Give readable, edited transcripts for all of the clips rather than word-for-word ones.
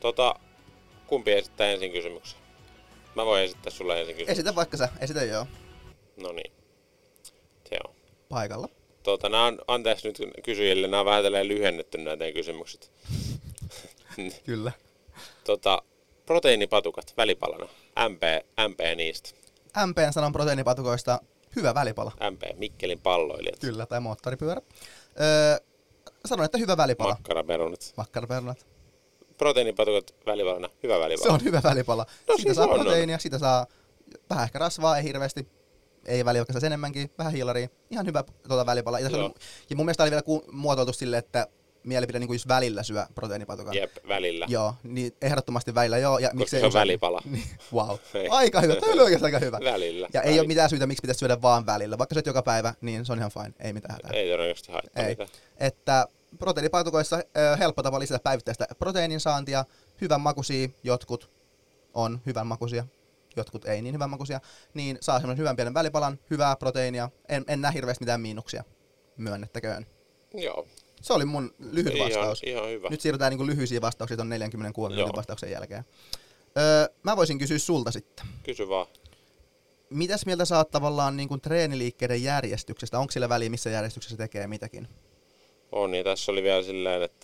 Kumpi esittää ensin kysymyksen? Mä voin esittää sulle ensin kysymyksen. Esitä vaikka sä. Esitä joo. No niin. Se on. Paikalla. Nää on, anteeksi nyt kysyjille, nää on vähän tälleen lyhennetty nämä teidän kysymykset. Kyllä. Proteiinipatukat välipalana. MP niistä. MPn sanan proteiinipatukoista hyvä välipala. MP, Mikkelin palloilijat. Kyllä, tai moottoripyörä. Sanon, että hyvä välipala. Makkaraperunat. Proteiinipatukat välipalana, hyvä välipala. Se on hyvä välipala. No, siitä saa proteiinia, siitä saa vähän ehkä rasvaa, ei hirveästi. Ei väliä, vaikka enemmänkin, vähän hiilaria. Ihan hyvä välipala. Ja mun mielestä oli vielä muotoiltu silleen, että mielipide niin kuin jos välillä syö proteiinipatukan. Jep, välillä. Joo, niin ehdottomasti välillä joo. Ja koska se on välipala. Niin, wow. Aika hyvä, toi oli oikeasti aika hyvä. Välillä. Ja ei ole mitään syytä, miksi pitäisi syödä vaan välillä. Vaikka syöt joka päivä, niin se on ihan fine. Ei mitään hätää. Ei todennäköisesti haittaa mitään. Että proteiinipatukoissa helppo tapa lisätä päivittäistä proteiinin saantia. Hyvän makuisia, jotkut on hyvän makuisia. Jotkut ei niin hyvän makuisia, niin saa semmoinen hyvän pienen välipalan, hyvää proteiinia. En näe hirveästi mitään miinuksia, myönnettäköön. Joo. Se oli mun lyhyt vastaus. Ihan hyvä. Nyt siirrytään niin lyhyisiä vastauksia ton 46 minuutin vastauksen jälkeen. Mä voisin kysyä sulta sitten. Kysy vaan. Mitäs mieltä sä oot tavallaan niin kuin treeniliikkeiden järjestyksestä? Onko sillä väliä, missä järjestyksessä tekee mitäkin? On, niin tässä oli vielä silleen, että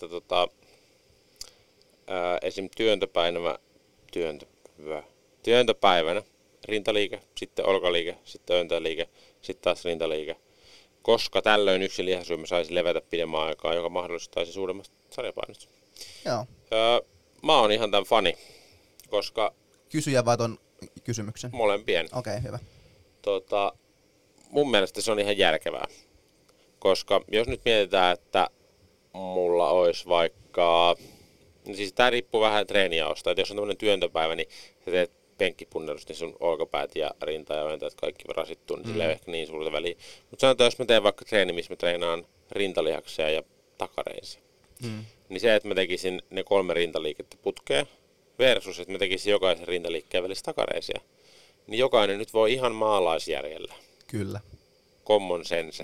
esim. Työntöpäivänä rintaliike, sitten olkaliike, sitten önteliike, sitten taas rintaliike. Koska tällöin yksi lihasryhmä saisi levätä pidemmän aikaa, joka mahdollistaisi suuremmat sarjapainot. Joo. Mä oon ihan tämän fani, koska... Kysyjä vai ton kysymyksen? Molempien. Okei, hyvä. Mun mielestä se on ihan järkevää. Koska jos nyt mietitään, että mulla olisi vaikka... Siis tää riippuu vähän treenijaosta, että jos on tämmönen työntöpäivä, niin sä teet penkkipunnerus, niin sun olkapäät ja rinta ja ojentajat kaikki rasittuu, niin sillä ei ole ehkä niin suurta väliä. Mutta sanotaan, jos mä teen vaikka treeni, missä mä treenaan rintalihaksia ja takareisia, niin se, että mä tekisin ne 3 rintaliikettä putkeen versus, että mä tekisin jokaisen rintaliikkeen välissä takareisia, niin jokainen nyt voi ihan maalaisjärjellä. Kyllä. Common sense.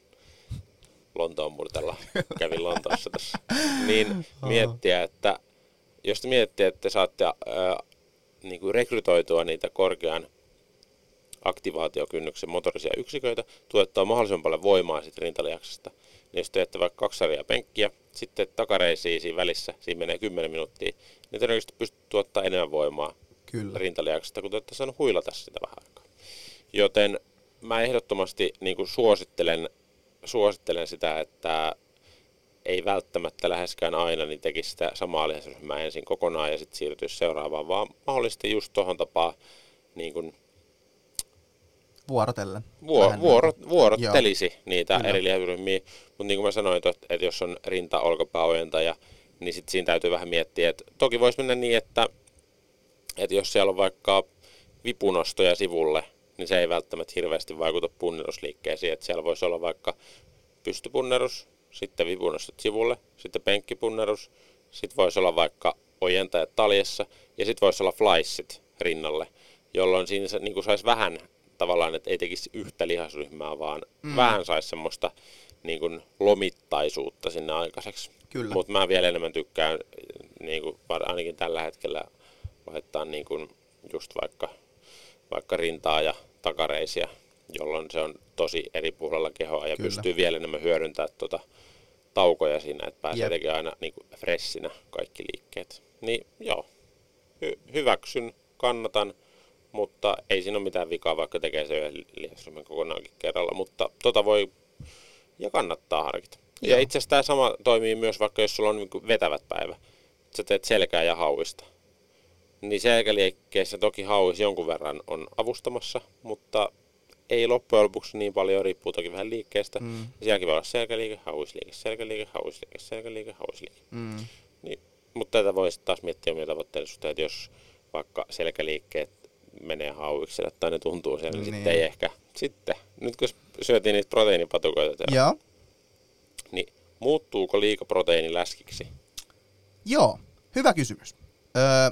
Lontoon murtella. Kävin Lontoossa tässä. Niin miettiä, että jos te miettii, että te saatte niin kuin rekrytoitua niitä korkean aktivaatiokynnyksen motorisia yksiköitä, tuottaa mahdollisimman paljon voimaa siitä rintalihaksesta. Niin jos teette vaikka 2 sarjaa penkkiä, sitten takareisiä siinä välissä, siinä menee 10 minuuttia, niin todennäköisesti pystyt tuottaa enemmän voimaa rintalihaksesta, kun te olette saanut huilata sitä vähän aikaa. Joten mä ehdottomasti niin kuin suosittelen sitä, että ei välttämättä läheskään aina niin tekisi sitä samaa lihasryhmää ensin kokonaan ja sitten siirtyisi seuraavaan, vaan mahdollisesti just tuohon tapaan niin kuin vuorotellen. Vuorottelisi niitä eri lihasryhmiä, mutta niin kuin mä sanoin, että jos on rinta-olkapääojentaja, niin sitten siinä täytyy vähän miettiä, että toki voisi mennä niin, että jos siellä on vaikka vipunostoja sivulle, niin se ei välttämättä hirveästi vaikuta punnerusliikkeisiin, että siellä voisi olla vaikka pystypunnerus, sitten vipunostot sivulle, sitten penkkipunnerus, sitten voisi olla vaikka ojentajat taljessa ja sitten voisi olla flysit rinnalle, jolloin siinä niin saisi vähän tavallaan, että ei tekisi yhtä lihasryhmää, vaan vähän saisi semmoista niin kuin lomittaisuutta sinne aikaiseksi. Mutta mä vielä enemmän tykkään, niin kuin ainakin tällä hetkellä, vaihtaa niin kuin just vaikka rintaa ja takareisia, jolloin se on tosi eri puolella kehoa ja pystyy vielä enemmän hyödyntämään taukoja siinä, että pääsee tekemään aina niin kuin freshinä kaikki liikkeet. Niin joo, hyväksyn, kannatan, mutta ei siinä ole mitään vikaa, vaikka tekee se yhden lihasryhmän kokonaankin kerralla, mutta voi ja kannattaa harkita. Ja itse asiassa tämä sama toimii myös vaikka jos sulla on niin kuin vetävät päivä, sä teet selkää ja hauista. Niin selkäliikkeessä toki hauis jonkun verran on avustamassa, mutta ei loppujen lopuksi niin paljon, riippuu toki vähän liikkeestä. Sielläkin voi olla selkäliike, hauisliike, selkäliike, hauisliike, selkäliike, hauisliike. Niin, mutta tätä voisi taas miettiä omia tavoitteellisuutta, että jos vaikka selkäliikkeet menee hauikselle tai ne tuntuu siellä, niin sitten ei ehkä. Sitten, nyt kun syötiin niitä proteiinipatukoita, niin muuttuuko liikaproteiini läskiksi? Joo, hyvä kysymys.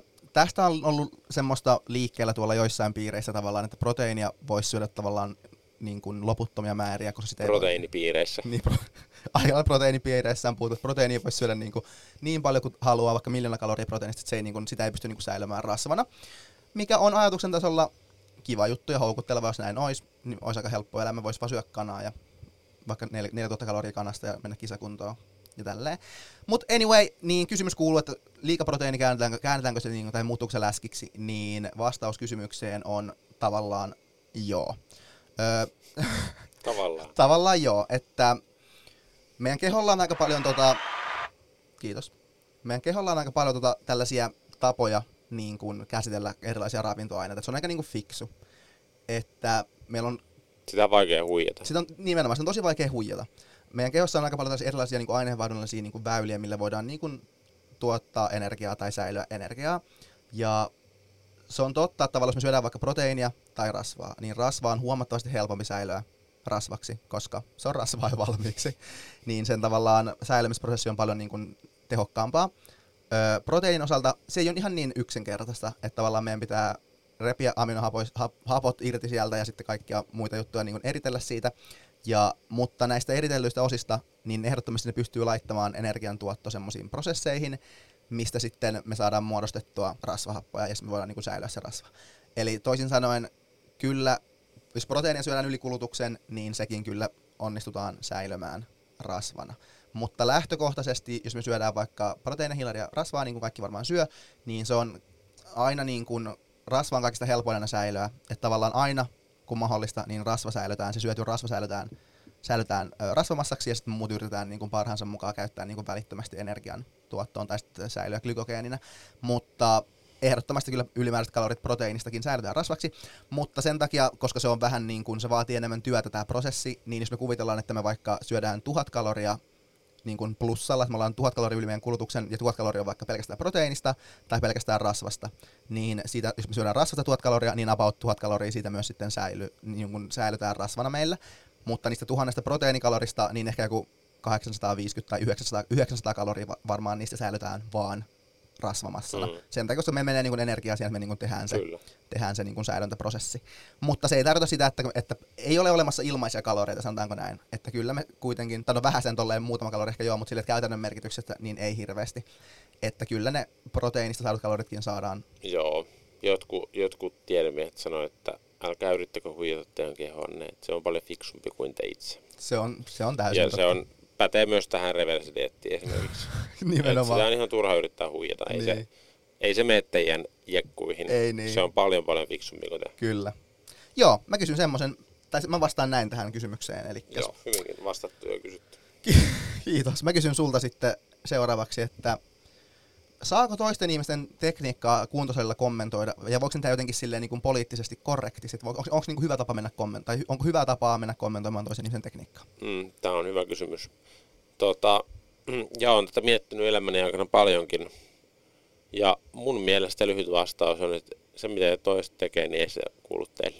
Tästä on ollut semmoista liikkeellä tuolla joissain piireissä tavallaan, että proteiinia voisi syödä tavallaan niin kuin loputtomia määriä, koska sitä ei proteiinipiireissä. Niin, aika proteiinipiireissä on puhuttu, että proteiinia voisi syödä niin paljon kuin haluaa, vaikka 1 000 000 kaloria proteiinista, että se ei, sitä ei pysty säilymään rasvana. Mikä on ajatuksen tasolla kiva juttu ja houkutteleva, jos näin olisi, niin olisi aika helppo elämä, voisi vaan syödä kanaa ja vaikka 4000 kaloria kanasta ja mennä kisakuntoon ja tälleen. Mut anyway, niin kysymys kuuluu, että liikaproteiini käännetäänkö se tai muuttuuko se läskiksi, niin vastaus kysymykseen on tavallaan joo. Tavallaan joo, että meidän keholla on aika paljon kiitos. Meidän keholla on aika paljon tällaisia tapoja niin kuin käsitellä erilaisia ravintoaineita. Se on aika niin kuin fiksu, että meillä on sitä on vaikea huijata. Sitä on nimenomaan, se on tosi vaikea huijata. Meidän kehossa on aika paljon erilaisia niin kuin aineenvaihdunnallisia niin kuin väyliä, millä voidaan niin kuin tuottaa energiaa tai säilyä energiaa. Ja se on totta, että tavallaan jos me syödään vaikka proteiinia tai rasvaa, niin rasva on huomattavasti helpompi säilyä rasvaksi, koska se on rasvaa jo valmiiksi. Niin sen tavallaan säilymisprosessi on paljon niin kuin tehokkaampaa. Proteiinin osalta se ei ole ihan niin yksinkertaista, että tavallaan meidän pitää repiä aminohapot irti sieltä ja sitten kaikkia muita juttuja niin kuin eritellä siitä. Mutta näistä eritellyistä osista, niin ehdottomasti ne pystyy laittamaan energiantuotto semmoisiin prosesseihin, mistä sitten me saadaan muodostettua rasvahappoja ja sitten me voidaan niin kuin säilyä se rasva. Eli toisin sanoen, kyllä, jos proteiinia syödään ylikulutuksen, niin sekin kyllä onnistutaan säilymään rasvana. Mutta lähtökohtaisesti, jos me syödään vaikka proteiinihilaria rasvaa, niin kuin kaikki varmaan syö, niin se on aina niin kuin rasva on kaikista helpoin säilöä. Että tavallaan aina, kun mahdollista, niin rasva säilytään, se syöty rasva säilytään rasvamassaksi ja sitten muut yritetään niin kuin parhaansa mukaan käyttää niin kuin välittömästi energian tuottoon tai sitten säilyä glykogeenina. Mutta ehdottomasti kyllä ylimääräiset kalorit proteiinistakin säilytään rasvaksi, mutta sen takia, koska se on vähän niin kuin se vaatii enemmän työtä tämä prosessi, niin jos me kuvitellaan, että me vaikka syödään 1000 kaloria niin kuin plussalla, että me ollaan 1000 kaloria yli meidän kulutuksen ja 1000 kaloria on vaikka pelkästään proteiinista tai pelkästään rasvasta, niin siitä, jos me syödään rasvasta 1000 kaloria, niin about 1000 kaloria siitä myös sitten niin säilytään rasvana meillä, mutta niistä 1000 proteiinikalorista, niin ehkä joku 850 tai 900 kaloria varmaan niistä säilytään vaan rasvamassana. Sen takia, koska me menee niin energiaa siihen, että me niin tehdään se niin säilöntäprosessi. Mutta se ei tarkoita sitä, että ei ole olemassa ilmaisia kaloreita, sanotaanko näin. Että kyllä me kuitenkin, tai no vähän sen tolleen muutama kalori ehkä joo, mutta sille käytännön merkityksestä niin ei hirveästi. Että kyllä ne proteiinista saadut kaloritkin saadaan. Joo, jotkut tiedemiehet sanoo, että älkää yrittäkö huijata teidän kehonne, että se on paljon fiksumpi kuin te itse. Se on täysin ja totta. Pätee myös tähän reversidiettiin esimerkiksi. Nimenomaan. Sitä on ihan turha yrittää huijata. Ei se mene teidän jekkuihin. Ei niin. Se on paljon fiksumpi kuin te. Kyllä. Joo, mä kysyn semmoisen, tai mä vastaan näin tähän kysymykseen. Joo, hyvinkin vastattu ja kysytty. Kiitos. Mä kysyn sulta sitten seuraavaksi, että saako toisten ihmisten tekniikkaa kuntosalilla kommentoida, ja voiko sitä jotenkin silleen niin kuin poliittisesti korrektisti? Onko niin kuin hyvä tapa mennä tai onko hyvä tapa mennä kommentoimaan toisen ihmisen tekniikkaa? Tämä on hyvä kysymys. Ja olen tätä miettinyt elämäni aikana paljonkin. Ja mun mielestä lyhyt vastaus on, että se mitä toiset tekee, niin ei se kuulu teille.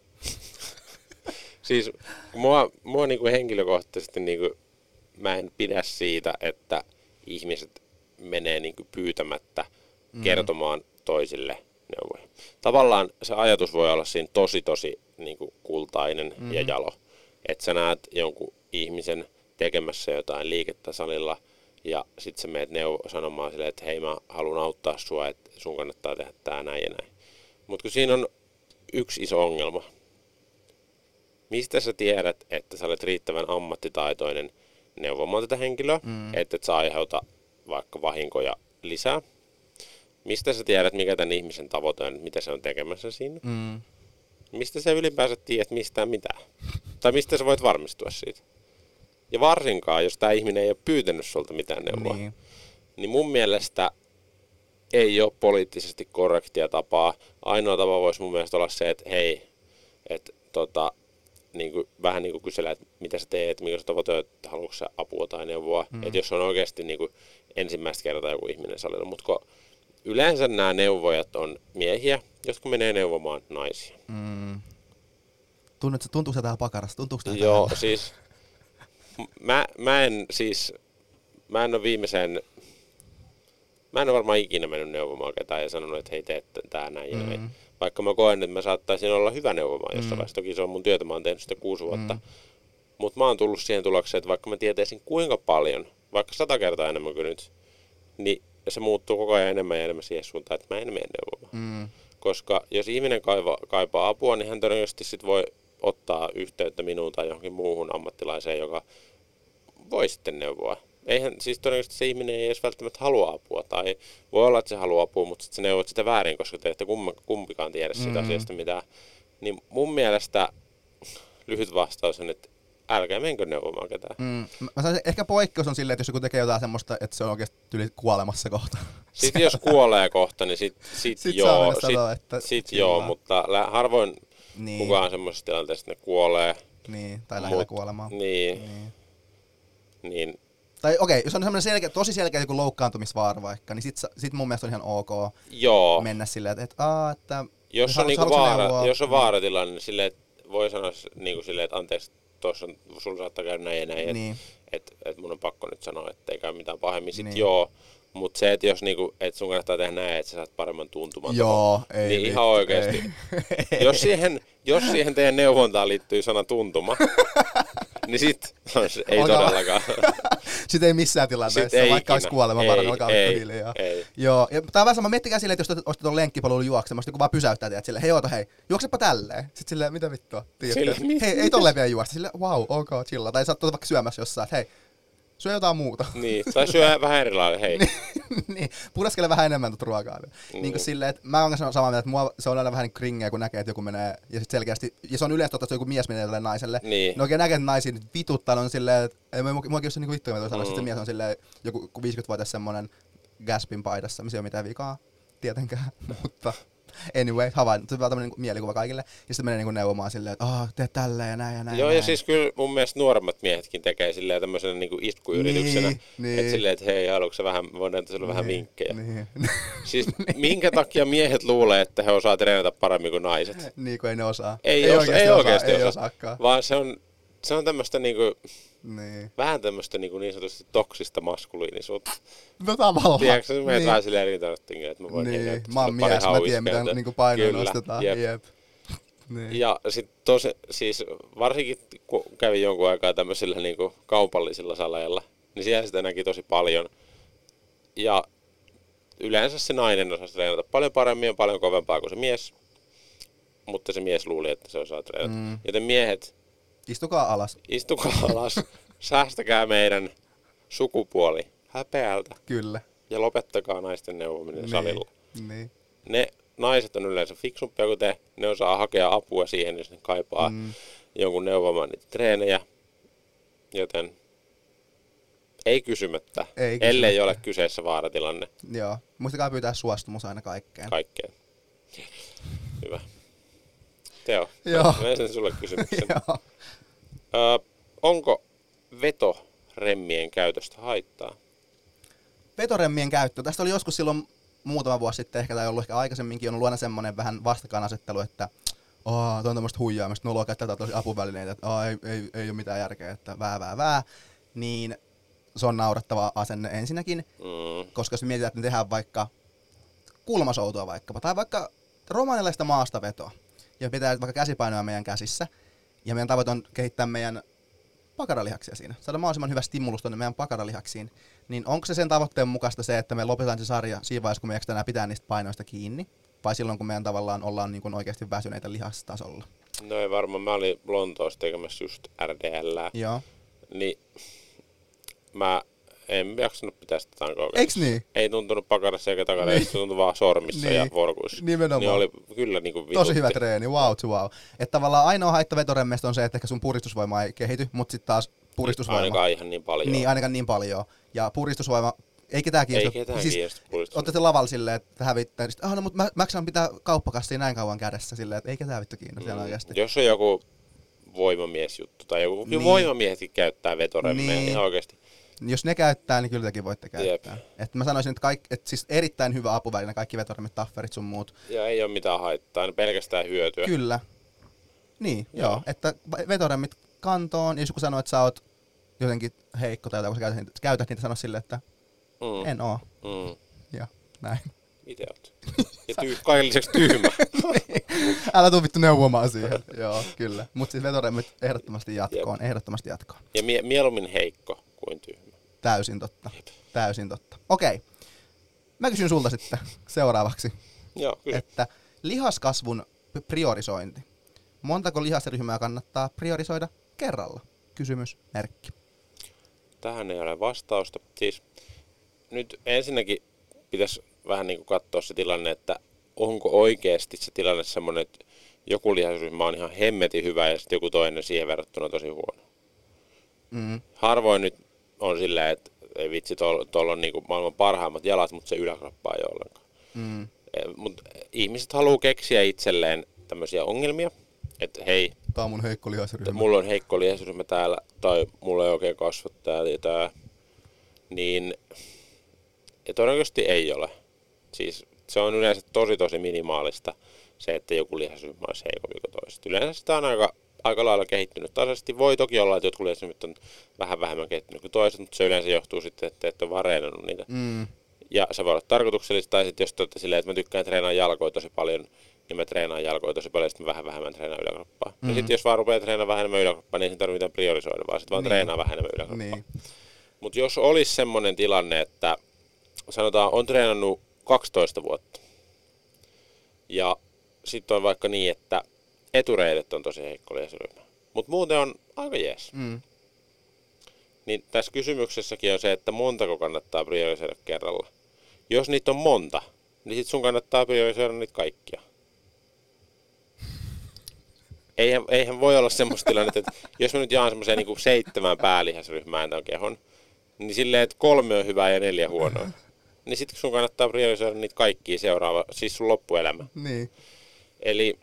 Siis mua niin kuin henkilökohtaisesti niin kuin, mä en pidä siitä, että ihmiset menee niin kuin pyytämättä kertomaan toisille neuvoja. Tavallaan se ajatus voi olla siinä tosi niin kuin kultainen ja jalo. Että sä näet jonkun ihmisen tekemässä jotain liikettä salilla ja sit sä meet sanomaan silleen, että hei mä haluan auttaa sua, että sun kannattaa tehdä tää näin ja näin. Mutta kun siinä on yksi iso ongelma. Mistä sä tiedät, että sä olet riittävän ammattitaitoinen neuvomaan tätä henkilöä, että et sä aiheuta vaikka vahinkoja lisää? Mistä sä tiedät, mikä tämän ihmisen tavoite on, mitä se on tekemässä siinä? Mistä sä ylipäänsä tiedät mistään mitään? Tai mistä sä voit varmistua siitä? Ja varsinkaan, jos tämä ihminen ei ole pyytänyt sulta mitään neuvoa, niin mun mielestä ei ole poliittisesti korrektia tapaa. Ainoa tapa voisi mun mielestä olla se, että hei, että niin kuin, vähän niin kuin kysellä, että mitä sä teet, mikä sä tavoite, että haluatko sä apua tai neuvoa. Että jos on oikeasti niin kuin ensimmäistä kertaa joku ihminen salilla. Mutta yleensä nämä neuvojat on miehiä, jotka menee neuvomaan naisia. Tuntuuko se täällä pakarassa? Joo, siis mä en ole varmaan ikinä mennyt neuvomaan ketään ja sanonut, että hei, tee tää näin ja näin. vaikka mä koen, että mä saattaisin olla hyvä neuvomaan jossain vaiheessa. Toki se on mun työtä, mä oon tehnyt sitä 6 vuotta. Mutta mä oon tullut siihen tulokseen, että vaikka mä tietäisin kuinka paljon, vaikka 100 kertaa enemmän kuin nyt, niin se muuttuu koko ajan enemmän ja enemmän siihen suuntaan, että mä en mene neuvomaan. Koska jos ihminen kaipaa apua, niin hän todennäköisesti sit voi ottaa yhteyttä minuun tai johonkin muuhun ammattilaiseen, joka voi sitten neuvoa. Eihän siis todennäköisesti se ihminen ei edes välttämättä halua apua, tai voi olla, että se haluaa apua, mutta sitten se neuvot sitä väärin, koska te ette kumpikaan tiedä sitä asiasta mitään. Niin mun mielestä lyhyt vastaus on, että älkää menkö neuvomaan ketään. Mä sanoisin, ehkä poikkeus on silleen, että jos joku tekee jotain semmoista, että se on oikeasti yli kuolemassa kohta. Sitten jos kuolee kohta, niin sit joo, joo, mutta harvoin mukaan semmoisessa tilanteessa, että ne kuolee. Niin, tai lähellä kuolemaa. Niin. Tai okei, jos on semmoinen tosi selkeä joku loukkaantumisvaara vaikka, niin sit mun mielestä on ihan ok mennä silleen, että jos on niinku vaara, jos on vaaratilanne, niin silleen, että voi sanoa niinku silleen, että anteeksi, tuossa sulla saattaa käydä näin ja näin, niin. että mun on pakko nyt sanoa, että ei käy mitään pahemmin. Sit joo, mutta se, että jos niinku, et sun kannattaa tehdä näin, että sä saat paremman tuntuman. Joo, ei. Niin ihan oikeesti. Jos siihen teidän neuvontaan liittyy sana tuntuma, niin sit ei todellakaan. Sitten ei missään tilanteessa, vaikka olisi kuolemanvaarana, olkaa hiljaa. Joo, ja tää on vähän sama, miettikää silleen, että jos ostat tuon lenkkipalvelun juoksemasta, kun vaan pysäyttää teidät silleen, hei, juoksepa tälleen. Sitten silleen, mitä vittua? Hei, ei tolleen vielä juosta. Silleen, ok, chilla. Tai sä oot vaikka syömässä jossain, että hei, syö jotain muuta. Niin, tai syö vähän erilainen, hei. Niin, puraskele vähän enemmän tuota ruokaa. Niin kuin silleen, että mä oon samaa mieltä, että mua se on aina vähän kringeä, kun näkee, että joku menee, ja sit selkeästi, ja se on yleensä totta, että joku mies menee tälle naiselle. Niin. Ne oikein näkee, että naisia nyt vituttaa, on silleen, että muakin jos on niinku vittuja, mitä sanoa, sitten se mies on silleen, joku 50-vuotias semmonen Gaspin paidassa, missä ei ole mitään vikaa, tietenkään, mutta anyway, havain, se on vaan tämmönen mielikuva kaikille, ja sitten menee niinku neuvomaan silleen, että tee tälleen ja näin ja näin. Joo, ja siis kyllä mun mielestä nuoremmat miehetkin tekee silleen tämmöisenä niinku iskuyrityksenä, että silleen, että hei, haluatko voin antaa sulle vähän vinkkejä. Siis minkä takia miehet luulee, että he osaa treenata paremmin kuin naiset? Niin, kun ei ne osaa. Ei oikeasti osaa. Vaan se on tämmöistä niinku, vähän tämmöistä niin sanotusti toksista maskuliinisuutta. No tavallaan. Tiedätkö, sä menet vähän silleen rintarottingin, että mä voin mä oon mies, mä tiedän, miten niinku painoa nostetaan. Jep. Niin. Ja sit siis varsinkin kun kävin jonkun aikaa tämmöisillä niinku kaupallisilla saleilla, niin siellä sitä näki tosi paljon. Ja yleensä se nainen osasi treenata paljon paremmin ja paljon kovempaa kuin se mies, mutta se mies luuli, että se osaa treenata. Joten miehet, istukaa alas. Säästäkää meidän sukupuoli häpeältä. Kyllä. Ja lopettakaa naisten neuvominen salilla. Niin. Ne naiset on yleensä fiksumpia kuin te. Ne osaa hakea apua siihen, jos ne kaipaa jonkun neuvomaan niitä treenejä. Joten ei kysymättä, ellei ole kyseessä vaaratilanne. Joo. Muistakaa pyytää suostumus aina kaikkeen. Hyvä. Teo, mä esitän sulle kysymyksen. Onko vetoremmien käytöstä haittaa? Vetoremmien käyttö. Tästä oli joskus silloin muutama vuosi sitten ehkä, tai ollut ehkä aikaisemminkin, on ollut aina semmoinen vähän vastakkainasettelu, että toi on tämmöistä huijaamista, noloa käyttää tosi apuvälineitä, että ei ole mitään järkeä, että vää. Niin se on naurattava asenne ensinnäkin, koska jos mietitään, että me tehdään vaikka kulmasoutua vaikkapa, tai vaikka romanilaista maastavetoa, ja pitää vaikka käsipainoa meidän käsissä, ja meidän tavoite on kehittää meidän pakaralihaksia siinä, saada mahdollisimman hyvä stimulus tuonne meidän pakaralihaksiin, niin onko se sen tavoitteen mukaista se, että me lopetetaan se sarja siinä vaiheessa, kun me ei pitää niistä painoista kiinni, vai silloin, kun meidän tavallaan ollaan niin kuin oikeasti väsyneitä lihastasolla? No ei varmaan, mä olin Lontoossa tekemässä just RDL:ää. Joo. Niin mä en jaksanut pitää sitä tankoa. Eiks niin? Ei tuntunut pakarassa eikä takareissa, se tuntui vaan sormissa ja vorkuissa. Nimenomaan. Niin oli kyllä niinku vitutti. Tosi hyvä treeni, wow. Että tavallaan ainoa haitta vetoremmestä on se, että ehkä sun puristusvoima ei kehity, mutta sitten taas puristusvoima. Ainakaan ihan niin paljon. Niin, ainakaan niin paljon. Ja puristusvoima, ei ketään kiinnosta. Ei ketään kiinnosta puristusvoima. Ootte lavalla silleen, että hävittää. No mutta mä saan pitää kauppakassia näin kauan kädessä silleen, että ei ketään vittu kiinnosta oikeasti. Jos on joku voimamiesjuttu tai joku voimamiehetkin käyttää vetoremmeja ihan oikeasti. Jos ne käyttää, niin kyllä tekin voitte käyttää. Että mä sanoisin, että siis erittäin hyvä apuväline, kaikki vetoremmit, tafferit sun muut. Ja ei ole mitään haittaa, pelkästään hyötyä. Kyllä. Niin, joo. Että vetoremmit kantoon, ja jos kun sanoo, että sä oot jotenkin heikko tai jotain, kun sä käytät niitä, sano silleen, että en oo. Ja näin. Miten oot? Ja kaiken lisäksi tyhmä. Älä tuu vittu neuvomaan siihen. Joo, kyllä. Mut siis vetoremmit ehdottomasti jatkoon. Ehdottomasti jatkoon. Ja mieluummin heikko kuin tyhmä. Täysin totta. Täysin totta. Okei. Mä kysyn sulta sitten seuraavaksi. Joo, kysy. Että lihaskasvun priorisointi. Montako lihasryhmää kannattaa priorisoida kerralla? Kysymysmerkki. Tähän ei ole vastausta. Siis nyt ensinnäkin pitäisi vähän niin kuin katsoa se tilanne, että onko oikeasti se tilanne semmoinen, että joku lihasryhmä on ihan hemmetin hyvä ja sitten joku toinen siihen verrattuna tosi huono. Harvoin nyt on silleen, että ei vitsi, tuolla on niin kuin maailman parhaimmat jalat, mutta se yläkroppa ei ole ollenkaan. Mutta ihmiset haluaa keksiä itselleen tämmöisiä ongelmia, että hei, tää on mun heikko lihasryhmä. Mulla on heikko lihasryhmä täällä, tai mulla ei oikein kasvot täällä ja tää. Niin todennäköisesti ei ole. Siis se on yleensä tosi minimaalista se, että joku lihasryhmä olisi heikompi kuin toiset. Yleensä sitä on aika lailla kehittynyt tasaisesti. Voi toki olla, että jotkut lihasryhmät on vähän vähemmän kehittynyt kuin toiset, mutta se yleensä johtuu sitten, että et ole vaan reenannut niitä. Ja se voi olla tarkoituksellista, tai sitten jos te olette silleen, että mä tykkään treenaa jalkoja tosi paljon, niin mä treenaan jalkoja tosi paljon, sitten mä vähän vähemmän treenaan yläkroppaa. Ja sitten jos vaan rupeaa treenaamaan vähemmän yläkroppaa, niin ei tarvitse mitään priorisoida, vaan sitten vaan treenaa vähemmän yläkroppaa. Niin. Mutta jos olisi semmoinen tilanne, että sanotaan on treenannut 12 vuotta, ja sitten on vaikka niin, että etureidet on tosi heikko lihasryhmä, mutta muuten on aika jees. Niin tässä kysymyksessäkin on se, että montako kannattaa priorisoida kerralla. Jos niitä on monta, niin sit sun kannattaa priorisoida niitä kaikkia. Eihän voi olla semmoista tilannetta, että jos mä nyt jaan semmoiseen niin 7 päälihasryhmään tämän kehon, niin silleen, että 3 on hyvää ja 4 huonoa. Niin sit sun kannattaa priorisoida niitä kaikkia siis sun loppuelämä. Niin. Eli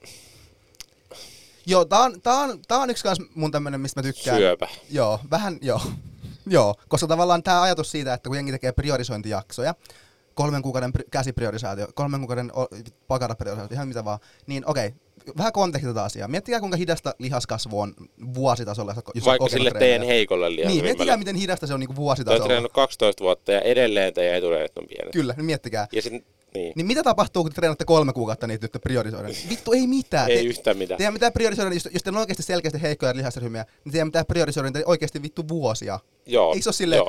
joo, tää on yksi kans mun tämmönen, mistä mä tykkään. Syöpä. Joo, vähän joo. Joo, koska tavallaan tää ajatus siitä, että kun jengi tekee priorisointijaksoja, 3 kuukauden käsipriorisaatio, 3 kuukauden pakarapriorisaatio, ihan mitä vaan, niin okei, vähän kontekstia tätä asiaa. Miettikää kuinka hidasta lihaskasvu on vuositasolla. Jos vaikka sille teidän heikolle lihasryhmälle. Niin, miettikää miten hidasta se on niinku vuositasolla. Te oot treenannut 12 vuotta ja edelleen teidän etureidet on pienet. Kyllä, niin miettikää. Ja sit, niin mitä tapahtuu, kun te treenatte 3 kuukautta niitä nyt priorisoida? Vittu, ei mitään. Ei yhtään mitään. Teidän pitää priorisoida, jos teillä on oikeasti selkeästi heikkoja lihasryhmiä, niin teidän pitää priorisoida niitä oikeasti vittu vuosia. Joo. Eikö se ole silleen,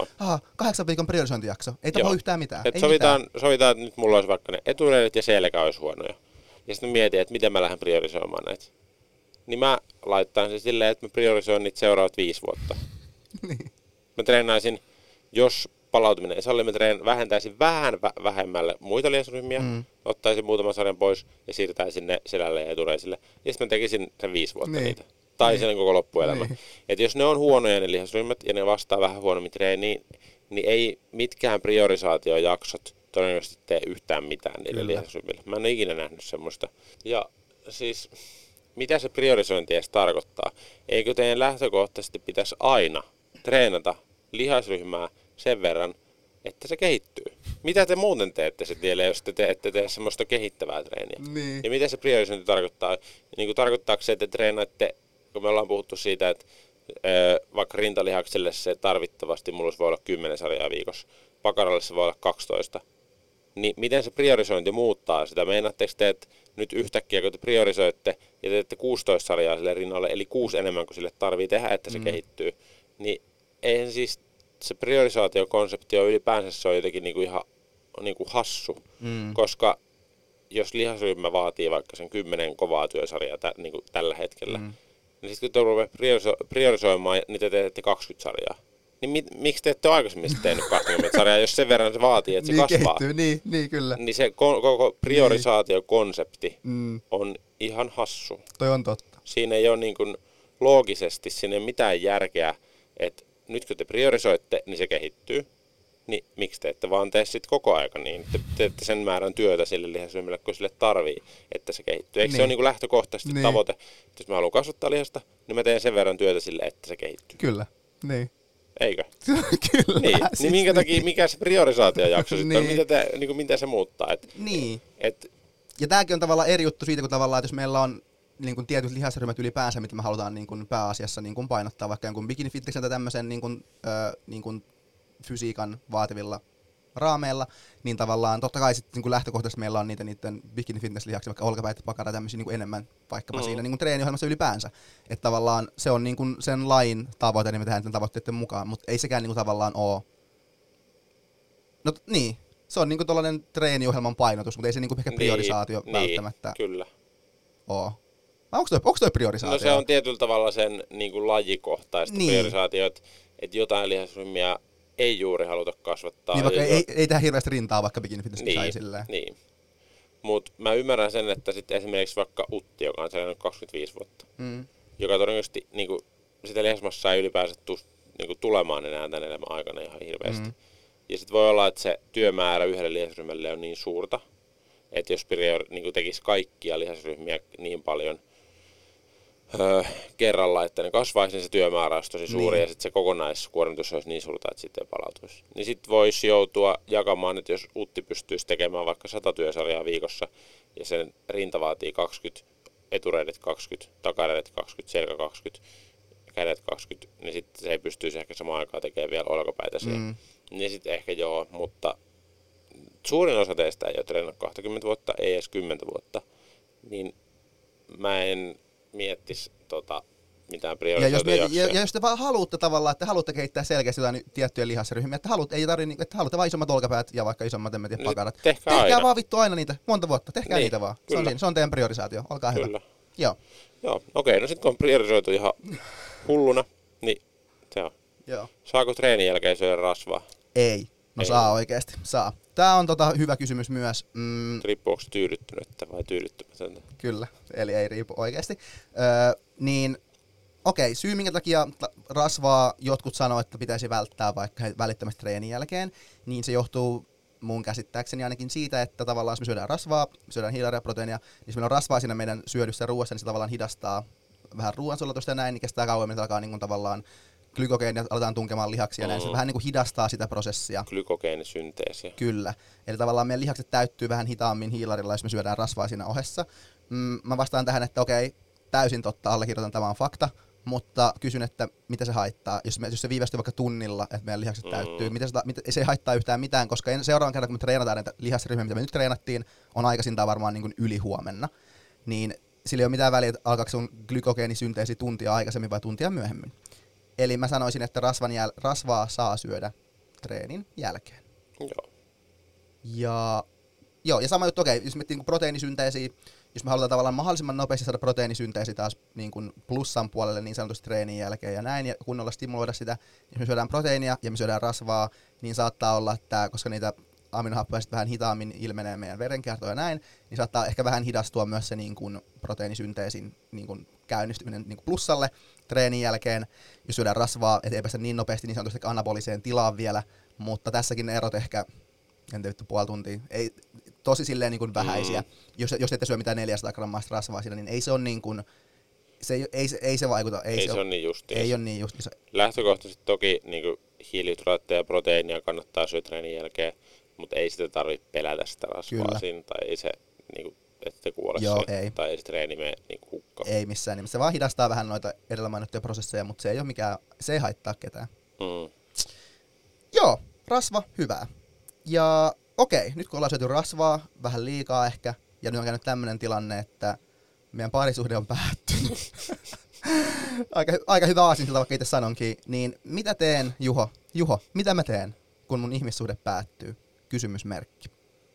8 viikon priorisointijakso? Ei tapahdu yhtään mitään. Et sovitaan, että nyt mulla olisi vaikka ne etureidet ja selkä olisi huonoja. Ja sitten mietin, että miten mä lähden priorisoimaan näitä. Niin mä laittaisin se silleen, että mä priorisoin niitä seuraavat 5 vuotta. Niin. Mä treenaisin, jos palautuminen ei salli, mä vähentäisin vähän vähemmälle muita lihasryhmiä, ottaisin muutaman sarjan pois ja siirtäisin ne selälle ja etureisille. Ja sitten mä tekisin sen 5 vuotta niitä. Tai sen koko loppuelämä. Että jos ne on huonoja ne lihasryhmät ja ne vastaa vähän huonommin treeniin, niin ei mitkään priorisaatiojaksot todennäköisesti tee yhtään mitään niille lihasryhmille. Mä en ole ikinä nähnyt semmoista. Ja siis, mitä se priorisointi edes tarkoittaa? Eikö teidän lähtökohtaisesti pitäisi aina treenata lihasryhmää sen verran, että se kehittyy? Mitä te muuten teette sitten vielä, jos te ette tee semmoista kehittävää treeniä? Niin. Ja mitä se priorisointi tarkoittaa? Niin kuin tarkoittaako se, että treenaatte, kun me ollaan puhuttu siitä, että vaikka rintalihakselle se tarvittavasti mulla voi olla 10 sarjaa viikossa, pakaralle se voi olla 12. Niin miten se priorisointi muuttaa sitä? Meinaatteko te, että nyt yhtäkkiä kun te priorisoitte ja teette 16 sarjaa sille rinnalle, eli 6 enemmän kuin sille tarvii tehdä, että se kehittyy, niin eihän siis se priorisaatiokonsepti on ylipäänsä se on jotenkin niinku ihan niinku hassu, koska jos lihasryhmä vaatii vaikka sen 10 kovaa työsarjaa niinku tällä hetkellä, niin sitten kun te rupeatte priorisoimaan, niin te teette 20 sarjaa. Niin miksi te ette ole aikaisemmin tehnyt 20 sarjaa, jos sen verran se vaatii, että se kasvaa? Kehittyy, niin kyllä. Niin se koko priorisaatiokonsepti on ihan hassu. Toi on totta. Siinä ei ole niin kuin loogisesti, siinä ei ole mitään järkeä, että nyt kun te priorisoitte, niin se kehittyy. Niin miksi te ette vaan tee sitten koko aika niin? Te teette sen määrän työtä sille lihasryhmälle, kun sille tarvii, että se kehittyy. Eikö se ole niin kuin lähtökohtaisesti tavoite, että jos mä haluan kasvattaa lihasta, niin mä teen sen verran työtä sille, että se kehittyy. Kyllä, niin. Eikö? Kyllä. Niin minkä takia, mikä se priorisaatiojakso sitten on, mitä se muuttaa? Niin. Ja tämäkin on tavallaan eri juttu siitä, kun tavallaan, että jos meillä on niin kuin tietyt lihasryhmät ylipäänsä, mitä me halutaan niin kuin pääasiassa niin kuin painottaa, vaikka jonkun bikini-fitneksen tai tämmöisen niin kuin fysiikan vaativilla raameilla, niin tavallaan totta kai sitten niin lähtökohtaisesti meillä on niiden bikini fitness lihaksia, vaikka olkapäät, pakara tämmöisiä niin enemmän vaikkapa siinä niin treeniohjelmassa ylipäänsä. Että tavallaan se on niin kuin sen lain tavoite, niin me tehdään sen tavoitteiden mukaan, mutta ei sekään niin kuin tavallaan ole. No niin, se on niin kuin tollainen treeniohjelman painotus, mutta ei se niin kuin ehkä priorisaatio välttämättä kyllä. ole. Onko toi priorisaatio? No se on tietyllä tavalla sen niin kuin lajikohtaista priorisaatio, että jotain lihasryhmiä ei juuri haluta kasvattaa. Niin, vaikka ei tehdä hirveästi rintaa vaikka bikini fitness silleen. Niin. Mutta mä ymmärrän sen, että sitten esimerkiksi vaikka Utti, joka on sellainen 25 vuotta, joka todennäköisesti niin kuin, sitä lihasmassaa ei ylipäänsä niin tulemaan enää tämän elämän aikana ihan hirveästi. Ja sitten voi olla, että se työmäärä yhdelle lihasryhmälle on niin suurta, että jos niin tekisi kaikkia lihasryhmiä niin paljon kerralla, että ne kasvaisi, niin se työmäärä olisi tosi suuri ja sitten se kokonaiskuormitus olisi niin suurta, että sitten ei palautuisi. Niin sitten voisi joutua jakamaan, että jos Utti pystyisi tekemään vaikka 100 työsarjaa viikossa ja sen rinta vaatii 20, etureidet 20, takareidet 20, selkä 20, kädet 20, niin sitten se ei pystyisi ehkä samaan aikaan tekemään vielä olkapäitä siihen. Niin sitten ehkä joo, mutta suurin osa teistä ei ole treenannut 20 vuotta, ei edes 10 vuotta, niin mä en miettisi mitään priorisointijaksoja. Ja jos te vaan haluatte tavallaan, että haluatte kehittää selkeästi jotain tiettyjä lihasryhmiä, että haluatte vaan isommat olkapäät ja vaikka isommat pakarat. Tehkää vaan vittu aina niitä, monta vuotta, tehkää niitä vaan. Se on teidän priorisaatio, olkaa hyvä. Joo, okei, no sitten kun on priorisoitu ihan hulluna, niin se on. Joo. Saako treenin jälkeen syödä rasvaa? Ei. Ei. Saa oikeesti, saa. Tää on hyvä kysymys myös. Riippuuko tyydyttynyttä vai tyydyttymätöntä? Kyllä, eli ei riipu oikeesti. Niin, okei, syy minkä takia rasvaa jotkut sanoo, että pitäisi välttää vaikka välittömästi treenin jälkeen, niin se johtuu mun käsittääkseni ainakin siitä, että tavallaan jos me syödään rasvaa, syödään hiilaria ja proteiinia, niin jos meillä on rasvaa siinä meidän syödyssä ruoassa, niin se tavallaan hidastaa vähän ruoansulatusta ja näin, niin kestää kauemmin, että alkaa niin kuin tavallaan glykogeenia aletaan tunkemaan lihaksia ja näin, se vähän niin kuin hidastaa sitä prosessia. Glykogeenisynteesiä. Kyllä. Eli tavallaan meidän lihakset täyttyy vähän hitaammin hiilarilla, jos me syödään rasvaa siinä ohessa. Mä vastaan tähän, että okei, täysin totta, allekirjoitan, tämä on fakta, mutta kysyn, että mitä se haittaa, jos se viivästyy vaikka tunnilla, että meidän lihakset täyttyy, se ei haittaa yhtään mitään, koska seuraavan kerran, kun me treenataan näitä lihasryhmiä, mitä me nyt treenattiin, on aikaisintaan varmaan niin kuin yli huomenna, niin sillä ei ole mitään väliä, että alkaako sun glykogeenisynteesi tuntia aikaisemmin vai tuntia myöhemmin. Eli mä sanoisin, että rasvaa saa syödä treenin jälkeen. Joo. Ja sama juttu, okei, jos miettii niin proteiinisynteesiä, jos me halutaan tavallaan mahdollisimman nopeasti saada proteiinisynteesi taas niin kuin plussan puolelle niin sanotusti treenin jälkeen ja näin, ja kunnolla stimuloida sitä, jos me syödään proteiinia ja me syödään rasvaa, niin saattaa olla, että koska niitä aminohappoja sitten vähän hitaammin ilmenee meidän verenkiertoon ja näin, niin saattaa ehkä vähän hidastua myös se niin kuin proteiinisynteesin niin kuin käynnistyminen niin kuin plussalle treenin jälkeen, jos syödään rasvaa, ettei päästä niin nopeasti niin sanotusti anaboliseen tilaan vielä, mutta tässäkin ne erot ehkä, en tiedä, puoli tuntia, ei, tosi silleen niin kuin vähäisiä. Jos ette syö mitään 400 grammaa rasvaa siinä, niin ei se ole niin kuin, ei se vaikuta. Ei se ole niin justiinsa. Ei ole niin justiinsa. Lähtökohtaisesti toki niin kuin hiilihydraatteja ja proteiinia kannattaa syödä treenin jälkeen, mutta ei sitä tarvitse pelätä sitä rasvaa siinä, tai ei se, niin kuin, ette kuole siihen, tai ei se treeni mene niin hukkaan. Ei missään nimessä. Se vaan hidastaa vähän noita edellä mainittuja prosesseja, mutta se ei ole mikään, se ei haittaa ketään. Joo, rasva, hyvää. Ja okei, nyt kun ollaan syöty rasvaa, vähän liikaa ehkä, ja nyt on käynyt tämmönen tilanne, että meidän parisuhde on päättynyt. aika hyvä aasinsilta, vaikka itse sanonkin. Niin mitä teen, Juho, mitä mä teen, kun mun ihmissuhde päättyy? Kysymysmerkki.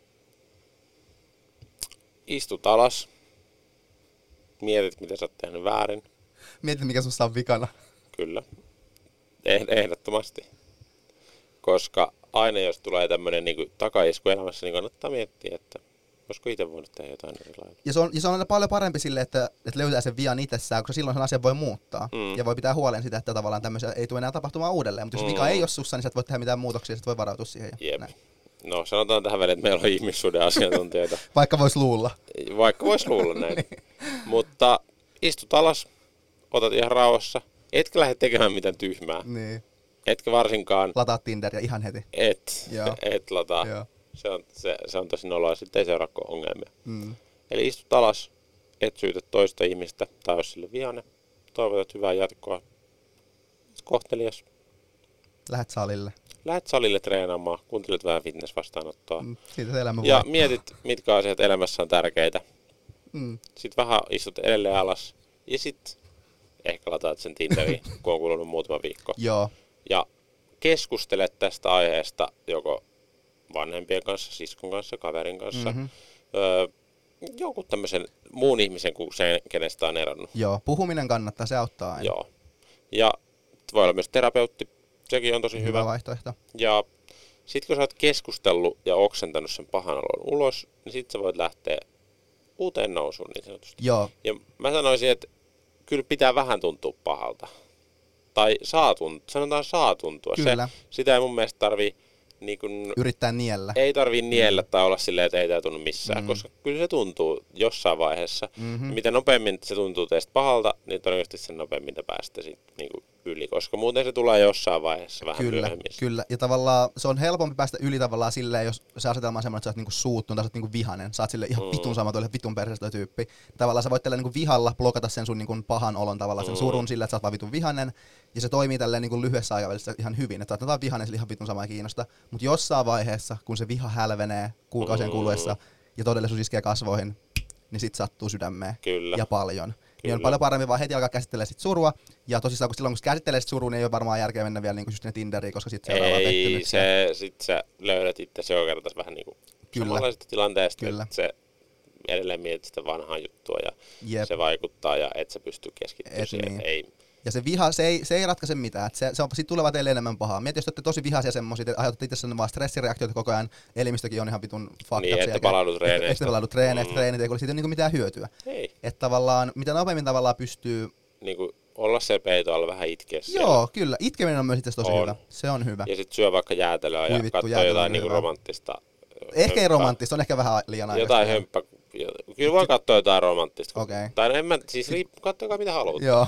Istut alas. Mietit, mitä sä oot tehnyt väärin. Mietit, mikä sussa on vikana. Kyllä. Ehdottomasti. Koska aina jos tulee tämmönen niin takaisku elämässä, niin kannattaa miettiä, että olisiko itse voinut tehdä jotain erilaista. Ja se on aina paljon parempi sille, että löytää sen vian itsessään, koska silloin sen asian voi muuttaa. Ja voi pitää huolen sitä, että tavallaan tämmöisiä ei tule enää tapahtumaan uudelleen. Mutta jos vika ei ole sussa, niin sä et voi tehdä mitään muutoksia, sit voi varautua siihen. Jep. No sanotaan tähän väliin, että meillä on ihmissuuden asiantuntijoita. Vaikka vois luulla. Vaikka vois luulla näin. Mutta istut alas, otat ihan rauhassa, etkä lähde tekemään mitään tyhmää. Niin. Etkä varsinkaan... Lataa Tinderiä ihan heti. Et lataa. Joo. Se on tosi noloa, sitten ei seuraa ongelmia. Eli istut alas, et syytä toista ihmistä, tai jos sille vihainen, toivotat hyvää jatkoa. Kohtelias. Lähet salille. lähdet salille treenaamaan, kuuntelet vähän fitness-vastaanottoa. Siitä se elämä Ja mietit, mitkä asiat elämässä on tärkeitä. Mm. Sitten vähän istut edelleen alas. Ja sitten ehkä lataat sen Tinderiin, kun on kulunut muutama viikko. Joo. Ja keskustelet tästä aiheesta joko vanhempien kanssa, siskon kanssa, kaverin kanssa. Jonkun tämmöisen muun ihmisen kuin sen, kenestä on eronnut. Joo, puhuminen kannattaa, se auttaa aina. Joo. Ja voi olla myös terapeutti, sekin on tosi hyvä. Vaihtoehto. Ja sit kun sä oot keskustellut ja oksentanut sen pahan olon ulos, niin sit sä voit lähteä uuteen nousuun niin sanotusti. Joo. Ja mä sanoisin, että kyllä pitää vähän tuntua pahalta. Tai sanotaan saa tuntua. Kyllä. Sitä ei mun mielestä tarvii niin kun, yrittää niellä. ei tarvii niellä tai olla silleen, että ei tää tunnu missään, koska kyllä se tuntuu jossain vaiheessa. Mitä nopeammin se tuntuu teistä pahalta, niin todennäköisesti sen nopeammin te pääsette niin yli, koska muuten se tulee jossain vaiheessa vähän myöhemmin. Kyllä, ja tavallaan se on helpompi päästä yli tavallaan silleen, jos se asetelma on semmoinen, että sä oot niinku suuttunut tai sä oot niinku vihanen, sä oot silleen ihan vitun sama toi vitun perseestä toi tyyppi. Tavallaan sä voit tällä niinku vihalla blokata sen sun niinku pahan olon tavallaan, sen surun sillä, että sä oot vaan vitun vihanen, ja se toimii tälleen niinku lyhyessä aikavälissä ihan hyvin, että sä oot vihanen, sillä ihan vitun sama ei kiinnosta. Mutta jossain vaiheessa, kun se viha hälvenee kuukausien kuluessa ja todellisuus iskee kasvoihin, niin sit sattuu sydämeen. Kyllä. Ja paljon. Niin on paljon paremmin vaan heti alkaa käsittelee sit surua. Ja tosissaan, kun silloin kun käsittelee sit surua, niin ei ole varmaan järkeä mennä vielä niinku just sinne Tinderiin, koska sit seuraavaan pettymyksiä. Sit sä löydät itse se kertas vähän niinku samanlaisesta tilanteesta, että se edelleen mietit sitä vanhaa juttua ja se vaikuttaa ja et sä pysty keskittymään siihen. Niin. Ei. Ja se viha, se ei ratkaise mitään. Siitä tulee vaan teille enemmän pahaa. Mieti, jos te olette tosi vihaisia semmosia, että aiheuttatte itsessänne vaan stressireaktioita koko ajan, elimistökin on ihan vitun fucked niin, että palaudu treeneistä. Että palaudu treeneistä, treenit ei ole siitä niinku mitään hyötyä. Ei. Että tavallaan, mitä nopeammin tavallaan pystyy niinku olla se peito alla vähän itkeä siellä. Joo, kyllä. Itkeminen on myös itse tosi hyvä. Se on hyvä. Ja sit syö vaikka jäätelöä ja katsoo jotain niinku romanttista. Ehkä ei romanttista, on ehkä vähän liian aikaista. Jotain hömppä. Kyllä voi katsoa jotain romanttista. Okei. Tai en mä, siis katsokaa mitä haluat. Joo.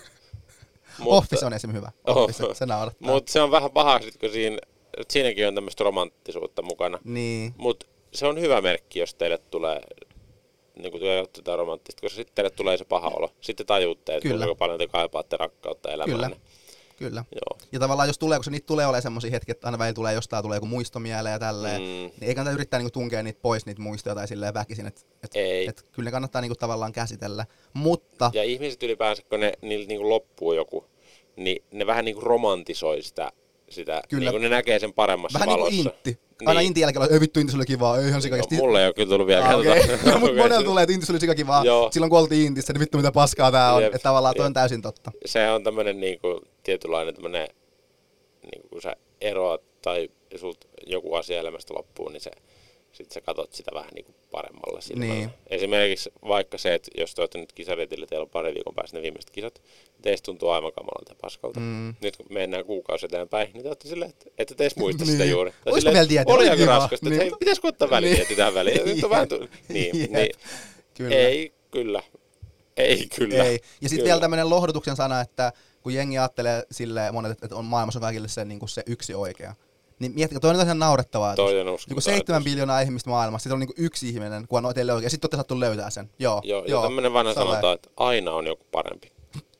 Office on esimerkiksi hyvä. Office, se naurattaa. Mutta se on vähän paha sit, kun siinäkin on tämmöistä romanttisuutta mukana. Niin. Mutta se on hyvä merkki, jos teille tulee niin jotain romanttista, koska sitten teille tulee se paha olo. Sitten tajuutte, että kuinka paljon te kaipaatte rakkautta elämään. Kyllä. Joo. Ja tavallaan jos tulee, kun se niitä tulee olemaan semmosia hetkiä, että aina välillä tulee jostain tulee joku muisto mieleen ja tälleen, niin ei kannata yrittää niinku tunkea niitä pois niitä muistoja tai silleen väkisin, että kyllä ne kannattaa niinku tavallaan käsitellä. Mutta ja ihmiset ylipäänsä, kun niillä niinku loppuu joku, niin ne vähän niinku romantisoi sitä niin kun ne näkee sen paremmassa vähän valossa. Vähän niin kuin intti. Aina intin jälkeen ei vittu intis oli kivaa, ei ihan sikakesti. No, mulle ei ole kyllä tullut vielä mutta monella tulee, että intis oli sikakivaa. Silloin kun oltiin intissä, niin vittu mitä paskaa tää on. Että tavallaan toi on täysin totta. Se on tämmönen niinku tietynlainen tämmönen, niinku kun sä eroat tai sulta joku asia elämästä loppuu, niin sit sä katot sitä vähän niinku paremmalla silmällä. Niin. Esimerkiksi vaikka se, että jos te olette nyt kisareitillä, teillä on pari viikon päästä ne viimeiset kisat, teistä tuntuu aivan kamalalta ja paskalta. Nyt kun mennään kuukausi eteenpäin, niin te olette silleen, että ette te edes muista sitä juuri. Olisiko vielä tietää? Oli aika raskasta, että hei, pitäisikö ottaa välineet tähän väliin? Nyt on vähän niin. Kyllä. Ei kyllä. Ei. Ja sitten vielä tämmönen lohdutuksen sana, että kun jengi ajattelee silleen monet, että on maailmassa kaikille se, niin kuin se yksi oikea. Niin miettikää, toi on ihan naurettavaa. Niin 7 biljoonaa ihmistä maailmassa, sit on niin yksi ihminen, kun on teille oikein, sit olette saattu löytää sen. Joo. Ja tämmönen vanha sanonta, että aina on joku parempi.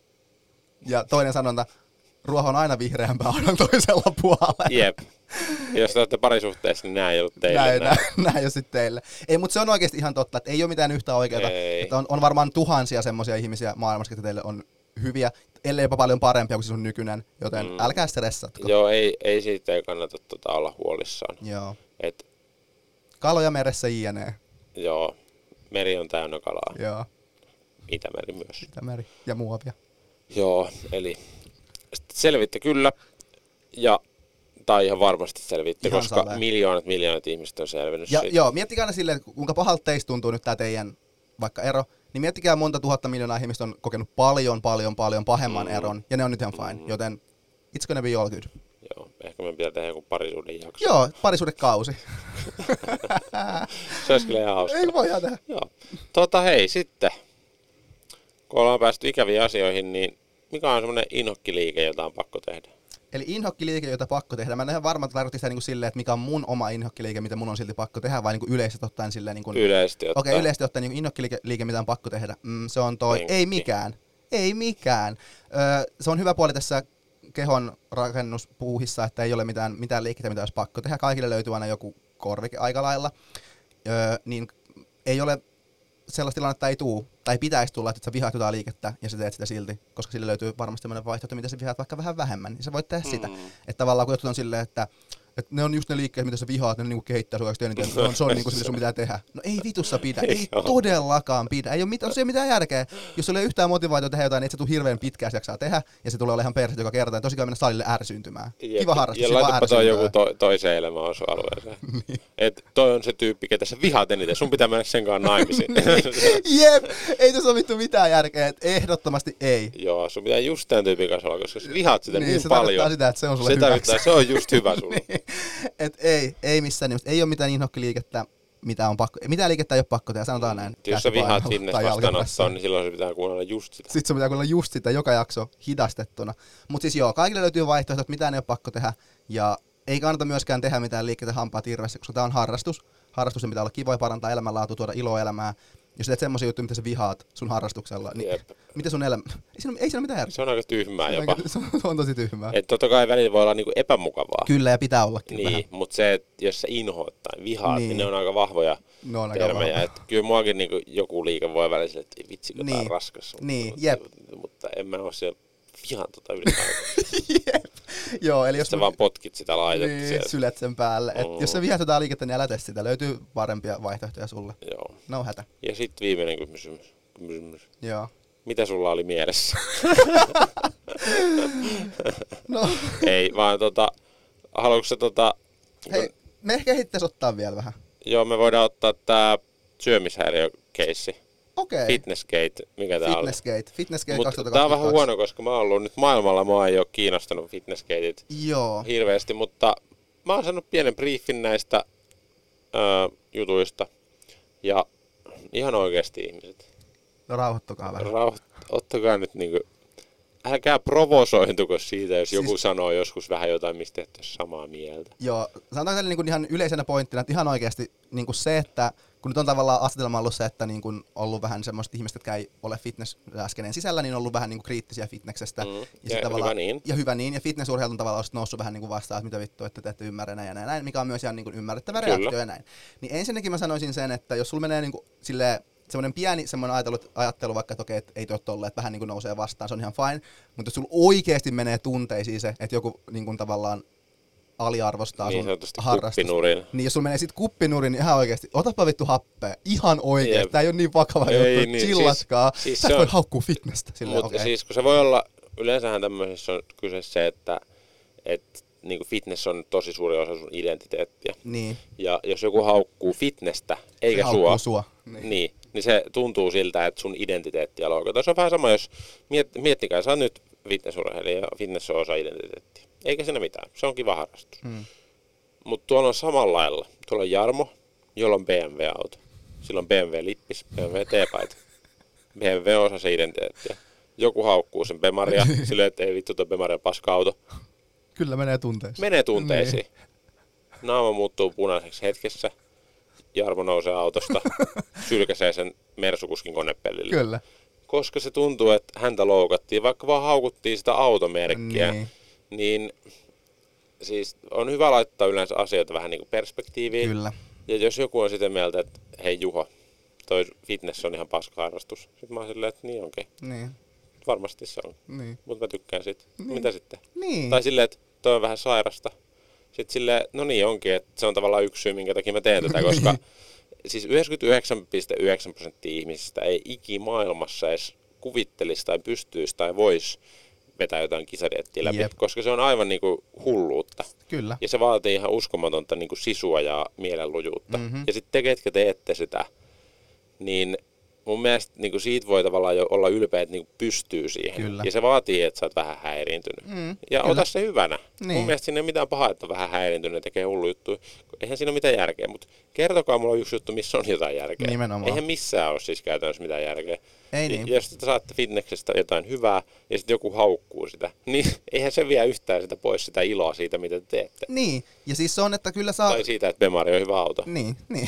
Ja toinen sanonta, ruoho on aina vihreämpää aina toisella puolella. Jep. Ja jos te olette parisuhteessa, niin nää ei ollut teille. Nää ei ole sit teille. Ei, mutta se on oikeesti ihan totta, että ei ole mitään yhtä oikeaa. Että on varmaan tuhansia semmoisia ihmisiä maailmassa, että teille on hyviä, ellei jopa paljon parempia kuin se sun nykyinen, joten älkää stressatko. Joo, ei siitä ei kannata olla huolissaan. Joo. Kaloja meressä jne. Joo, meri on täynnä kalaa. Joo. Itämeri myös. Itämeri ja muovia. Joo, eli selvitte kyllä, tai ihan varmasti selvitte, ihan koska miljoonat ihmiset on selvinnyt siitä. Joo, miettikää aina silleen, kuinka pahalta teistä tuntuu nyt tää teidän vaikka ero, niin miettikää monta tuhatta miljoonaa ihmistä on kokenut paljon pahemman eron, ja ne on nyt ihan fine, joten it's gonna be all good. Joo, ehkä me pitää tehdä joku parisuuden jakso. Joo, parisuudekausi. Se olisi kyllä ihan hauskaa. Ei voi tehdä. Joo. Hei, sitten, kun ollaan päästy ikäviin asioihin, niin mikä on semmoinen inhokkiliike, jota on pakko tehdä? Eli inhokkiliike, jota pakko tehdä. Mä en ihan varma, että tarkoitin sitä niin kuin silleen, että mikä on mun oma inhokkiliike, mitä mun on silti pakko tehdä, vai niin kuin yleisesti ottaen silleen niin kuin yleisesti ottaen. Okei, yleisesti ottaen niin inhokkiliike, mitä on pakko tehdä. Se on toi, ei mikään. Se on hyvä puoli tässä kehon rakennuspuuhissa, että ei ole mitään liikettä, mitä olisi pakko tehdä. Kaikille löytyy aina joku korvike aika lailla. Niin ei ole sellaista tilannetta ei tuu, tai pitäisi tulla, että sä vihaat jotain liikettä ja sä teet sitä silti, koska sille löytyy varmasti sellainen vaihtoehto, mitä sä vihaat vaikka vähän vähemmän, niin sä voit tehdä sitä. Että tavallaan kun jotkut on silleen, että ne on just ne liikkeet, mitä sä vihaat, ne niinku kehittää sua eniten, se on niinku sun pitää tehdä. No ei vitussa pidä, ei todellakaan pidä, ei ole mitään järkeä. Jos sulla ei ole yhtään motivaatiota tehdä jotain, niin et sä tuu hirveän pitkään jaksaa tehdä, ja se tulee olemaan ihan perset joka kerta, ja tosiaan mennä salille ärsyyntymään. Kiva harrastus, ja laitapa toi joku toiseen elämäosa-alueeseen. Niin. Et toi on se tyyppi, ketä sä vihaat eniten, sun pitää mennä sen kanssa naimisiin. Jep, ei tässä ole vittu mitään järkeä, et ehdottomasti ei. Joo, sun pitää just tämän tyypin kanssa olla, koska sä vihaat sitä niin se paljon. Sitä, että se on sulle hyväksi. Se on just hyvä sulle. Et ei missään nimessä. Ei ole mitään inhokkiliikettä, mitään liikettä ei ole pakko tehdä, sanotaan näin. Jos sä vihaat fitness-vastaanottoon, niin silloin se pitää kuunnella just sitä. Sitten se pitää kuunnella just sitä, joka jakso hidastettuna. Mutta siis joo, kaikille löytyy vaihtoehtoja, mitään ei ole pakko tehdä. Ja ei kannata myöskään tehdä mitään liikkeitä hampaat hirveästi, koska tämä on harrastus. Harrastuksen pitää olla kivoja, parantaa elämänlaatua, tuoda iloa elämään. Jos teet semmoisia juttuja, mitä sä vihaat sun harrastuksella, niin mitä sun elämä... Ei siinä mitään järkeä. Se on aika tyhmää jopa. Se on tosi tyhmää. Et totta kai välillä voi olla niinku epämukavaa. Kyllä, ja pitää ollakin niin, vähän. Mutta se, että jos sä inhoat tai vihaat, niin ne on aika vahvoja termejä. Et kyllä muakin niinku joku liike voi välillä sille, että vitsikö tää on raskas. Mutta en mä oo siellä vihan ylipäätään. Joo, eli jos sä vaan potkit sitä laitetta niin, sieltä. sylet sen päälle. Jos sä vihaat jotain liikettä, niin älä tee sitä. Löytyy parempia vaihtoehtoja sulle. Joo. No hätä. Ja sitten viimeinen kysymys. Joo. Mitä sulla oli mielessä? No. Ei, vaan haluatko sä Hei, me ehkä hittais ottaa vielä vähän. Joo, me voidaan ottaa tää syömishäiriökeissi. Okei. Fitnessgate, mikä tää oli? Fitnessgate 2022. Tää on vähän huono, koska mä oon ollut nyt maailmalla, mua ei oo kiinnostanut fitnessgateit hirveästi, mutta mä oon saanut pienen briefin näistä jutuista. Ja ihan oikeesti ihmiset. No rauhoittukaa vähän. Ottakaa nyt niinku, älkää provosointuko siitä, jos joku sanoo joskus vähän jotain, mistä ette ole samaa mieltä. Joo, sanotaan tälle niin ihan yleisenä pointtina, että ihan oikeasti niin se, että kun nyt on tavallaan asetelma ollut se, että niin kuin ollut vähän semmoista ihmistä, jotka ei ole fitness-äskeneen sisällä, niin on ollut vähän niin kuin kriittisiä fitneksestä. Ja hyvä niin. Ja hyvä niin. Ja fitnessurheilun tavallaan on noussut vähän niin kuin vastaan, että mitä vittua, että te ette ymmärrä näin ja näin, mikä on myös ihan niin kuin ymmärrettävä reaktio ja näin. Niin ensinnäkin mä sanoisin sen, että jos sulla menee niin kuin silleen, semmoinen pieni semmoinen ajattelu vaikka, että okei, et ei tuo tolle, että vähän niin kuin nousee vastaan, se on ihan fine. Mutta jos sulla oikeasti menee tunteisiin se, että joku niin kuin tavallaan aliarvostaa niin sun harrastusta. Niin jos sulla menee sit kuppinurin, niin ihan oikeesti, otapa vittu happea. Ihan oikeesti. Tää ei oo niin vakava juttu. Niin, chillatkaa. Siis sä voi haukkua fitnessä. Mutta siis kun se voi olla, yleensähän tämmöisessä on kyse se, että niinku fitness on tosi suuri osa sun identiteettiä. Niin. Ja jos joku haukkuu fitnessä, eikä sua. Niin se tuntuu siltä, että sun identiteettiä loukataan. Se on vähän sama, jos miettikää, sä oot nyt fitnessurheilija ja fitness on osa identiteettiä. Eikä siinä mitään, se on kiva harrastus. Mutta tuolla on samalla lailla. Tuolla on Jarmo, jolla on BMW-auto. Sillä on BMW-lippis, BMW-teepaita. BMW on osa se identiteettiä. Joku haukkuu sen Bemaria silleen, että ei vittu, tuo Bemaria on paska-auto. Kyllä menee tunteisiin. Menee tunteisiin. Naama muuttuu punaiseksi hetkessä. Jarmo nousee autosta, sylkäsee sen Mersukuskin konepellille. Kyllä. Koska se tuntuu, että häntä loukattiin, vaikka vaan haukuttiin sitä automerkkiä. Niin siis on hyvä laittaa yleensä asioita vähän niin kuin perspektiiviin. Kyllä. Ja jos joku on sitä mieltä, että hei Juho, toi fitness on ihan paska harrastus. Sitten mä oon silleen, että niin onkin. Niin. Varmasti se on. Niin. Mutta mä tykkään siitä. Niin. Mitä sitten? Niin. Tai silleen, että toi on vähän sairasta. Sitten silleen, no niin onkin, että se on tavallaan yksi syy, minkä takia mä teen tätä, koska siis 99,9% ihmisistä ei ikimaailmassa edes kuvittelisi tai pystyisi tai voisi vetää jotain kisadiettiä läpi, koska se on aivan niinku hulluutta. Kyllä. Ja se vaatii ihan uskomatonta niinku sisua ja mielenlujuutta. Ja sitten te, ketkä teette sitä, niin mun mielestä niinku siitä voi tavallaan jo olla ylpeä, että niinku pystyy siihen. Kyllä. Ja se vaatii, että sä oot vähän häiriintynyt. Ja ota se hyvänä. Niin. Mun mielestä siinä ei ole mitään pahaa, että on vähän häiriintynyt ja tekee hullu juttuja. Eihän siinä ole mitään järkeä, mutta kertokaa mulla yksi juttu, missä on jotain järkeä. Nimenomaan. Eihän missään ole siis käytännössä mitään järkeä. Ei niin. Ja jos te saatte fitneksestä jotain hyvää ja sitten joku haukkuu sitä, niin eihän se vie yhtään sitä pois sitä iloa siitä, mitä te teette. Niin. Ja siis se on, että kyllä saa... Tai siitä, että Bemari on hyvä auto. Niin.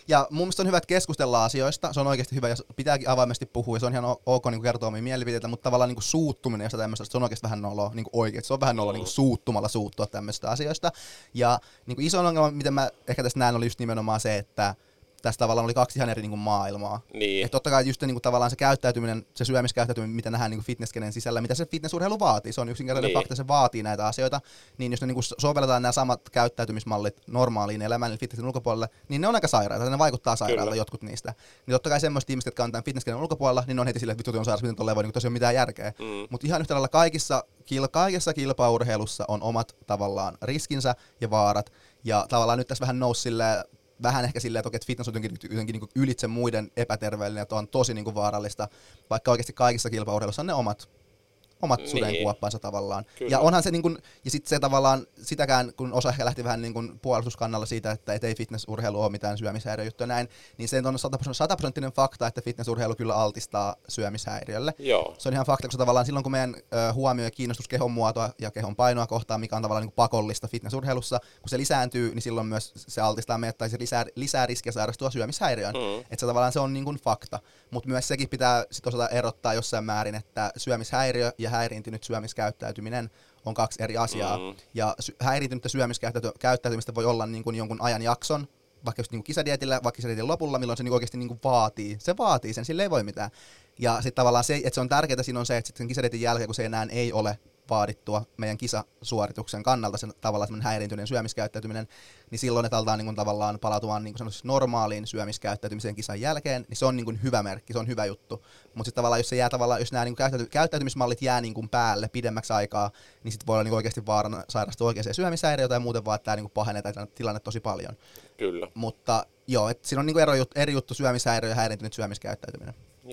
Ja mun mielestä on hyvä, että keskustellaan asioista. Se on oikeasti hyvä ja pitääkin avoimesti puhua ja se on ihan ok niin kertoa omia mielipiteitä, mutta tavallaan niin suuttuminen ja tämmöistä, se on oikeasti vähän noloa, niin oikeasti. Se on vähän noloa niin suuttumalla suuttua tämmöistä asioista. Ja niin iso ongelma, miten mä ehkä tästä näen, oli just nimenomaan se, että tässä tavallaan oli kaksi ihan eri niin kuin maailmaa. Niin. Että totta kai just niin kuin tavallaan se käyttäytyminen, se syömiskäyttäytyminen, mitä nähdään niin kuin fitnesskenen sisällä, mitä se fitnessurheilu vaatii. Se on yksinkertainen fakta, se vaatii näitä asioita. Niin jos ne niin kuin sovelletaan nämä samat käyttäytymismallit normaaliin elämään, niin fitnessin ulkopuolelle, niin ne on aika sairaita, ne vaikuttaa sairaalta jotkut niistä. Niin totta kai semmoiset ihmiset, jotka on tämän fitnesskenen ulkopuolella, niin ne on heti silleen, että vittu on sairas, miten tolleen voi niin tosiaan mitään järkeä. Mutta ihan yhtä lailla kaikessa kilpaurheilussa on omat tavallaan riskinsä ja vaarat. Ja tavallaan nyt tässä vähän nousi silleen, vähän ehkä silleen, että fitness on jotenkin niin ylitse muiden epäterveellinen, että on tosi niin kuin vaarallista, vaikka oikeasti kaikissa kilpaurheilussa on ne omat sudenkuoppansa tavallaan. Kyllä. Ja onhan se niin kuin, ja sitten se tavallaan, sitäkään, kun osa ehkä lähti vähän niin kuin puolustuskannalla siitä, että ei fitnessurheilu ole mitään syömishäiriöjuttuja näin, niin se on 100% fakta, että fitnessurheilu kyllä altistaa syömishäiriölle. Joo. Se on ihan fakta, koska tavallaan silloin, kun meidän huomio ja kiinnostus kehon muotoa ja kehon painoa kohtaan, mikä on tavallaan niin kuin pakollista fitnessurheilussa, kun se lisääntyy, niin silloin myös se altistaa meitä tai se lisää riskiä sairastua syömishäiriöön. Että se tavallaan se on niin kuin fakta. Mutta myös sekin pitää sit osata erottaa jossain määrin, että syömishäiriö ja häiriintynyt syömiskäyttäytyminen on kaksi eri asiaa. Ja häiriintynyttä syömiskäyttäytymistä voi olla niin kuin jonkun ajan jakson, vaikka just niin kuin kisadietillä, vaikka kisadietin lopulla, milloin se niin oikeasti niin kuin vaatii. Se vaatii sen, sille ei voi mitään. Ja sitten tavallaan se, että se on tärkeää siinä on se, että sen kisadietin jälkeen, kun se enää ei ole vaadittua meidän kisasuorituksen kannalta, sen tavallaan semmoinen häiriintyneen syömiskäyttäytyminen, niin silloin ne aletaan niin tavallaan palautumaan niin normaaliin syömiskäyttäytymiseen kisan jälkeen, niin se on niin hyvä merkki, se on hyvä juttu. Mutta sitten tavallaan, jos nämä niin käyttäytymismallit jää niin päälle pidemmäksi aikaa, niin sitten voi olla niin oikeasti vaarana sairastua oikeaan syömishäiriötä ja muuten vaan, että tämä niin pahenee tämä tilanne tosi paljon. Kyllä. Mutta joo, että siinä on niin eri juttu syömishäiriö ja häiriintynyt syömiskäyttäytyminen.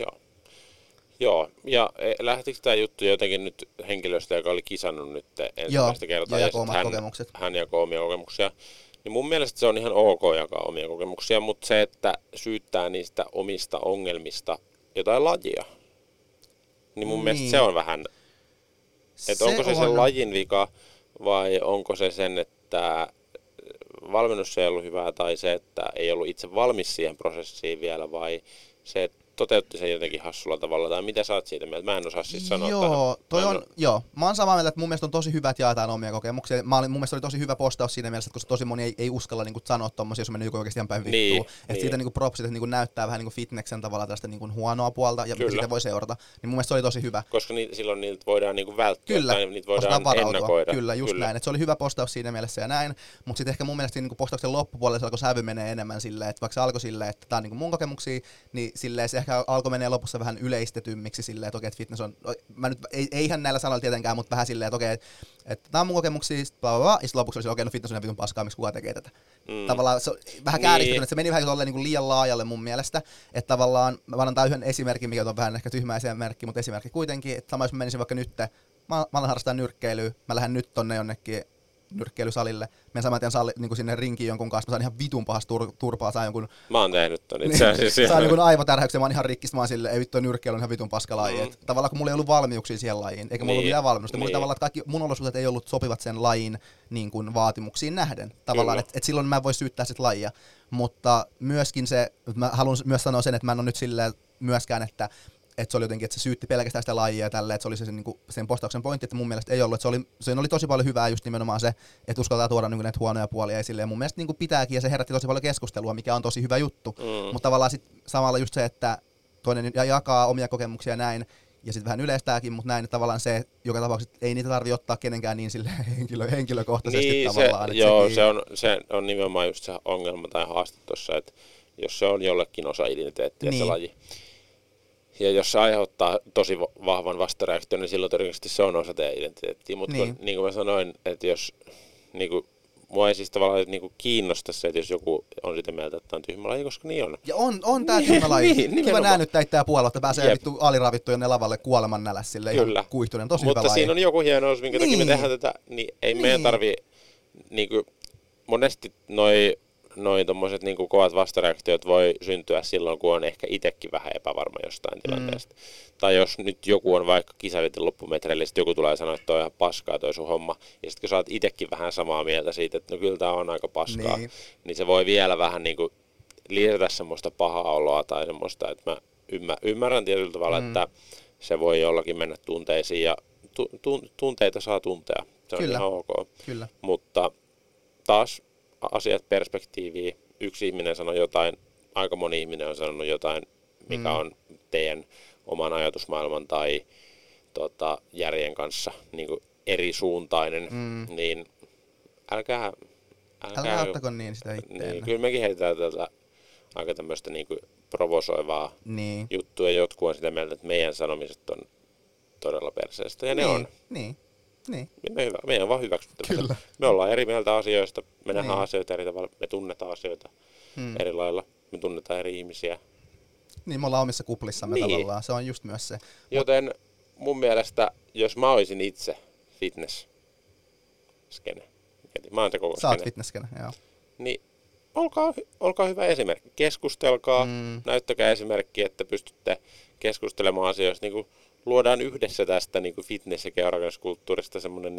Joo, ja lähtikö tämä juttu jotenkin nyt henkilöstä, joka oli kisannut nyt ensimmäistä kertaa, ja hän jakoi omia kokemuksia, niin mun mielestä se on ihan ok jakaa omia kokemuksia, mutta se, että syyttää niistä omista ongelmista jotain lajia, niin mun mielestä se on vähän, että onko se sen lajin vika vai onko se sen, että valmennus ei ollut hyvää tai se, että ei ollut itse valmis siihen prosessiin vielä vai se, että toteutti sen jotenkin hassulla tavalla, tai mitä sä oot siitä mieltä? Mä en osaa siis sanoa mä oon samaa mieltä, että mun mielestä on tosi hyvä, että jaetaan omia kokemuksia. Mun mielestä oli tosi hyvä postaus siinä mielessä, että koska tosi moni ei uskalla niin kuin sanoa tommosia, jos on mennyt joku oikeasti ihan päin vittuun. Että siitä niin propsit, että niin näyttää vähän niin fitnessen tavalla tästä niin huonoa puolta, ja sitä voi seurata. Niin mun mielestä se oli tosi hyvä. Koska silloin niiltä voidaan niin välttyä, tai niitä voidaan ennakoida. Kyllä, just näin. Että se oli hyvä postaus siinä mielessä ja näin. Mutta sitten ehkä mun mielestä niin postauksen loppupuolella se alkoi sävy menee enemmän silleen, että vaikka se alkoi silleen, että tää on niin mun kokemuksia, niin silleen se ehkä alkoi menee lopussa vähän yleistetymmiksi silleen, että okei, että fitness on, mä nyt, eihän näillä sanoilla tietenkään, mutta vähän silleen, että okei, että tää on mun kokemuksia, ja sitten lopuksi oli okei, no fitness on vitun paskaa, miksi kukaan tekee tätä. Tavallaan se on vähän kääristynyt, että se meni vähän tolleen niin liian laajalle mun mielestä, että tavallaan, mä annan yhden esimerkin, mikä on vähän ehkä tyhmä esimerkki, mutta esimerkki kuitenkin, että sama jos mä menisin vaikka nyt, mä alan harrastaa nyrkkeilyä, mä lähden nyt tonne jonnekin nyrkkeilysalille. Menen saman tien niin sinne rinkiin jonkun kanssa. Mä saan ihan vitun pahasta turpaa. Saan jonkun... Mä oon tehnyt ton itse asiassa. Saan jonkun aivotärhäyksen. Mä oon ihan rikkistä. Mä oon silleen, ei vittu, nyrkkeily on ihan vitun paskalaji. Tavallaan kun mulla ei ollut valmiuksia siihen lajiin, eikä mulla ollut mitään valmennusta. Mulla oli tavallaan, että kaikki mun olosuhteet ei ollut sopivat sen lajin niin kuin vaatimuksiin nähden. Tavallaan, että silloin mä en voi syyttää sit lajia. Mutta myöskin se, mä haluan myös sanoa sen, että mä en ole nyt silleen myöskään, että se oli jotenkin, että se syytti pelkästään sitä lajia ja tälleen, että se oli se niin kuin, sen postauksen pointti, että mun mielestä ei ollut, että se oli tosi paljon hyvää just nimenomaan se, että uskaltaa tuoda niin näitä huonoja puolia esille ja mun mielestä niin kuin pitääkin ja se herätti tosi paljon keskustelua, mikä on tosi hyvä juttu, mutta tavallaan sitten samalla just se, että toinen jakaa omia kokemuksia ja näin ja sitten vähän yleistääkin, mutta näin, että tavallaan se, joka tapauksessa ei niitä tarvitse ottaa kenenkään niin sille henkilökohtaisesti niin, tavallaan. Se on nimenomaan just se ongelma tai haaste tuossa, että jos se on jollekin osa identiteettiä se laji. Ja jos se aiheuttaa tosi vahvan vastareaktion, niin silloin todennäköisesti se on osa teidän identiteettiä. Mutta niin kuin mä sanoin, että jos niin kuin, mua ei siis tavallaan niin kuin kiinnosta se, että jos joku on sitä mieltä, että tämä on tyhmä laji, koska niin on. Ja on tää tyhmä laji. Kiva näännyttää itseään puolelta, pääsee vittu aliravittu jonne lavalle kuoleman nälässä sille ihan kuihtuneen. Tosi hyvä laji. Mutta siinä on joku hienous, minkä takia me tehdään tätä, niin ei meidän tarvii, niin kuin, monesti noi tommoset niinku kovat vastareaktiot voi syntyä silloin, kun on ehkä itsekin vähän epävarma jostain tilanteesta. Tai jos nyt joku on vaikka kisavitin loppumetreillä, sitten joku tulee sanoa, että toi on ihan paskaa toi sun homma. Ja sitten kun sä oot itsekin vähän samaa mieltä siitä, että no kyllä tää on aika paskaa, niin se voi vielä vähän niinku lisätä semmoista pahaa oloa tai semmoista, että mä ymmärrän tietyllä tavalla, että se voi jollakin mennä tunteisiin ja tunteita saa tuntea. Se on Kyllä. ihan ok. Kyllä. Mutta taas asiat perspektiiviin. Yksi ihminen sanoi jotain, aika moni ihminen on sanonut jotain, mikä on teidän oman ajatusmaailman tai järjen kanssa niin kuin eri suuntainen, niin älkää ottako niin sitä itteenne. Niin, kyllä mekin heitetään tätä aika tämmöistä niin kuin provosoivaa juttua, ja jotkut on sitä mieltä, että meidän sanomiset on todella perseestä, ja ne on. Niin. Meidän on vaan hyväksyttävä. Me ollaan eri mieltä asioista, me nähdään asioita eri tavalla, me tunnetaan asioita eri lailla, me tunnetaan eri ihmisiä. Niin, me ollaan omissa kuplissamme tavallaan, se on just myös se. Joten mun mielestä, jos mä olisin itse fitness-skene, mä oon se koko sä oot fitness-skene, joo. Niin olkaa hyvä esimerkki. Keskustelkaa, näyttäkää esimerkki, että pystytte keskustelemaan asioista. Niin kuin luodaan yhdessä tästä niin kuin fitness- ja kehorakennuskulttuurista semmoinen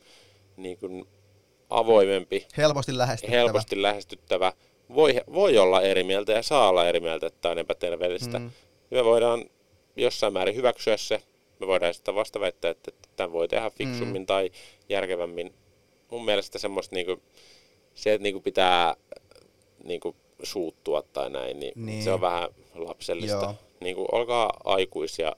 niin kuin avoimempi, helposti lähestyttävä. Voi olla eri mieltä ja saa olla eri mieltä, että on epäterveellistä. Me voidaan jossain määrin hyväksyä se. Me voidaan sitä vasta väittää, että tämän voi tehdä fiksummin tai järkevämmin. Mun mielestä semmoista niinku, se, että niinku pitää niinku suuttua tai näin, niin se on vähän lapsellista. Niinku, olkaa aikuisia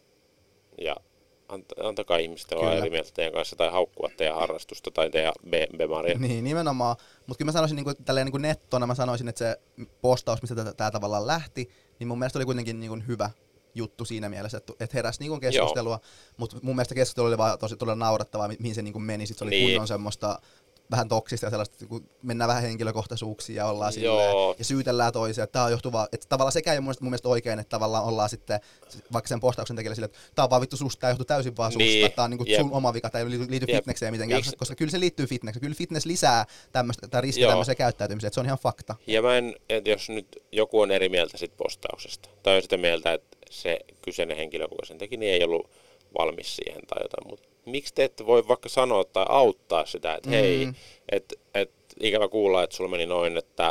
ja antakaa ihmisten olla eri mieltä teidän kanssa tai haukkua teidän harrastusta tai teidän bemaria. Niin, nimenomaan. Mutta kyllä mä sanoisin niinku, tälleen niinku nettona, mä sanoisin, että se postaus, mistä tää tavallaan lähti, niin mun mielestä oli kuitenkin niinku hyvä juttu siinä mielessä, että heräsi niinku keskustelua, mutta mun mielestä keskustelu oli vaan tosi todella naurettavaa, mihin se niinku meni. Sitten se oli kunnon semmoista vähän toksista ja sellaista, kun mennään vähän henkilökohtaisuuksiin ja ollaan silleen, ja syytellään toisia. Että tää on johtuvaa, että tavallaan sekä ei ole mun mielestä oikein, että tavallaan ollaan sitten, vaikka sen postauksen tekijällä silleen, että tää on vaan vittu susta, tää johtuu täysin vaan susta, tää on niinku sun oma vika, tää ei liity fitnekseen mitenkään, koska kyllä se liittyy fitnekseen, kyllä fitness lisää tämmöistä riskiä tämmöiseen käyttäytymiseen, että se on ihan fakta. Ja että jos nyt joku on eri mieltä sit postauksesta, tai on sitä mieltä, että se kyseinen henkilö, kuka sen teki, niin ei ollut valmis siihen tai jotain muuta. Miksi te ette voi vaikka sanoa tai auttaa sitä, että hei, että ikävä kuulla, että sulla meni noin, että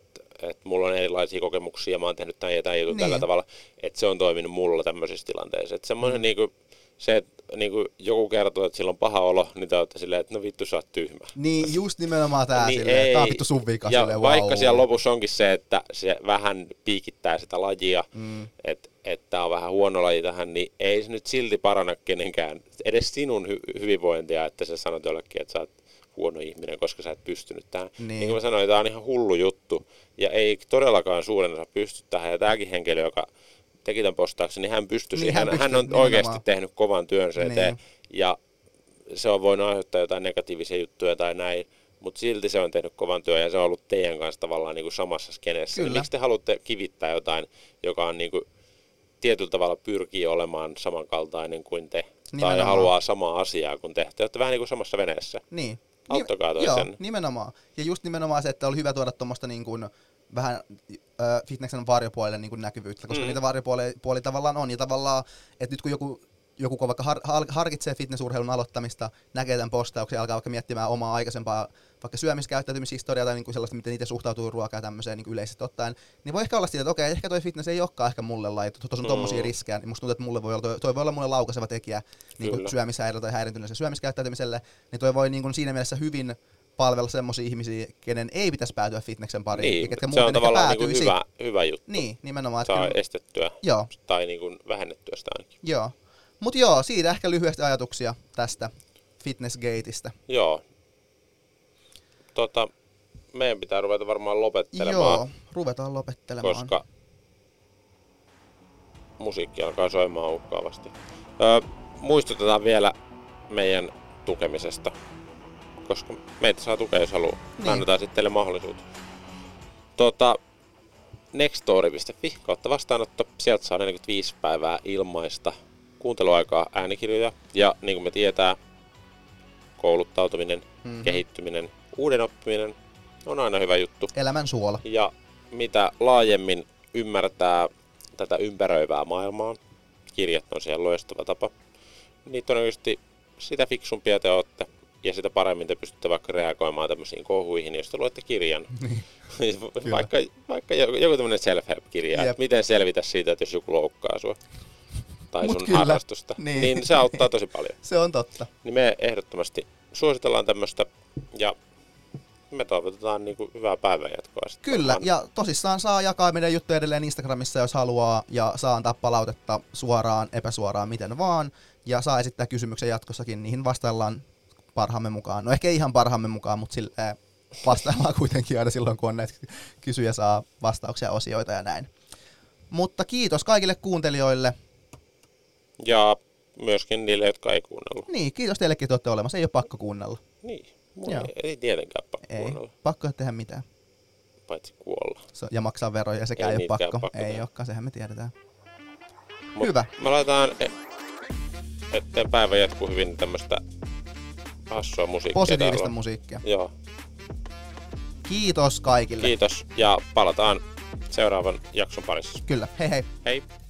mulla on erilaisia kokemuksia, mä oon tehnyt tämän ja tämän jutun tällä tavalla, että se on toiminut mulla tämmöisessä tilanteessa. Että semmoinen niinku, se, että niinku joku kertoo, että sillä on paha olo, niin te olette silleen, että no vittu sä oot tyhmä. Niin, just nimenomaan tää silleen, tää on vittu sun vika. Ja silleen, vaikka siellä lopussa onkin se, että se vähän piikittää sitä lajia, että on vähän huono laji tähän, niin ei se nyt silti paranna kenenkään, edes sinun hyvinvointia, että sä sanot jollekin, että sä oot huono ihminen, koska sä et pystynyt tähän. Niin kuin mä sanoin, tää on ihan hullu juttu, ja ei todellakaan suurin osa pysty tähän, ja tääkin henkilö, joka teki tämän postauksen, niin hän pystyi siihen. Hän on oikeasti tehnyt kovan työnsä eteen, ja se on voinut aiheuttaa jotain negatiivisia juttuja tai näin, mutta silti se on tehnyt kovan työn ja se on ollut teidän kanssa tavallaan niin kuin samassa skeneessä. Niin miksi te haluatte kivittää jotain, joka on niin kuin tietyllä tavalla pyrkii olemaan samankaltainen kuin te, tai haluaa samaa asiaa kuin te? Te olette vähän niin kuin samassa veneessä. Niin. Auttakaa toisen. Joo, nimenomaan. Ja just nimenomaan se, että oli hyvä tuoda tuommoista niin kuin vähän fitneksen varjopuolelle niin kuin näkyvyyttä, koska niitä varjopuolia tavallaan on. Ja tavallaan, että nyt kun joku vaikka harkitsee fitnessurheilun aloittamista, näkee tämän postauksen ja alkaa vaikka miettimään omaa aikaisempaa vaikka syömiskäyttäytymishistoriaa tai niinku sellaista, miten itse suhtautuu ruokaan ja tämmöiseen niinku yleisesti ottaen, niin voi ehkä olla siitä, että okei, ehkä toi fitness ei olekaan ehkä mulle laji, tuossa on tommosia riskejä, niin musta tuntuu, että mulle toi voi olla mulle laukaiseva tekijä niinku syömishäiriöllä tai häiriintyneelle syömiskäyttäytymiselle, niin toi voi niinku siinä mielessä hyvin palvella semmosia ihmisiä, kenen ei pitäisi päätyä fitneksen pariin. Niin, se on tavallaan niinku hyvä juttu. Niin, nimenomaan. Saa estettyä tai niinku vähennettyä sitä ainakin. Joo. Mut joo, siitä ehkä lyhyesti ajatuksia tästä Fitnessgateista. Joo. Meidän pitää ruveta varmaan lopettelemaan. Joo, ruvetaan lopettelemaan. Koska musiikki alkaa soimaan uhkaavasti. Muistutetaan vielä meidän tukemisesta, koska meitä saa tukea, jos haluaa. Niin. Annetaan sitten teille mahdollisuus. Nextory.fi kautta vastaanotto. Sieltä saa 45 päivää ilmaista kuunteluaikaa, äänikirjoja ja niin kuin me tietää, kouluttautuminen, kehittyminen, uuden oppiminen on aina hyvä juttu. Elämän suola. Ja mitä laajemmin ymmärtää tätä ympäröivää maailmaa, kirjat on siellä loistava tapa, niin todennäköisesti sitä fiksumpia te olette ja sitä paremmin te pystytte vaikka reagoimaan tämmöisiin kohuihin, jos te luette kirjan. vaikka joku tämmöinen self-help-kirja, että miten selvitä siitä, että jos joku loukkaa sua tai sun harrastusta, niin se auttaa tosi paljon. Se on totta. Niin me ehdottomasti suositellaan tämmöistä ja me toivotetaan niin kuin hyvää päivänjatkoa. Kyllä, ja tosissaan saa jakaa meidän juttuja edelleen Instagramissa, jos haluaa, ja saa antaa palautetta suoraan, epäsuoraan, miten vaan, ja saa esittää kysymyksen jatkossakin, niihin vastaillaan parhaamme mukaan. No ehkä ei ihan parhaamme mukaan, mutta vastaillaan kuitenkin aina silloin, kun on näitä kysyjä saa vastauksia, osioita ja näin. Mutta kiitos kaikille kuuntelijoille. Ja myöskin niille, jotka ei kuunnellut. Niin, kiitos teillekin, että olette olemassa. Ei ole pakko kuunnella. Niin, ei tietenkään pakko kuunnella. Pakko ei tehdä mitään. Paitsi kuolla. Ja maksaa veroja, ja sekään ei ole pakko. Ei olekaan, sehän me tiedetään. Hyvä. Me laitetaan, että päivä jatkuu hyvin tämmöistä hassua musiikkia. Positiivista musiikkia. Joo. Kiitos kaikille. Kiitos, ja palataan seuraavan jakson parissa. Kyllä, hei hei. Hei.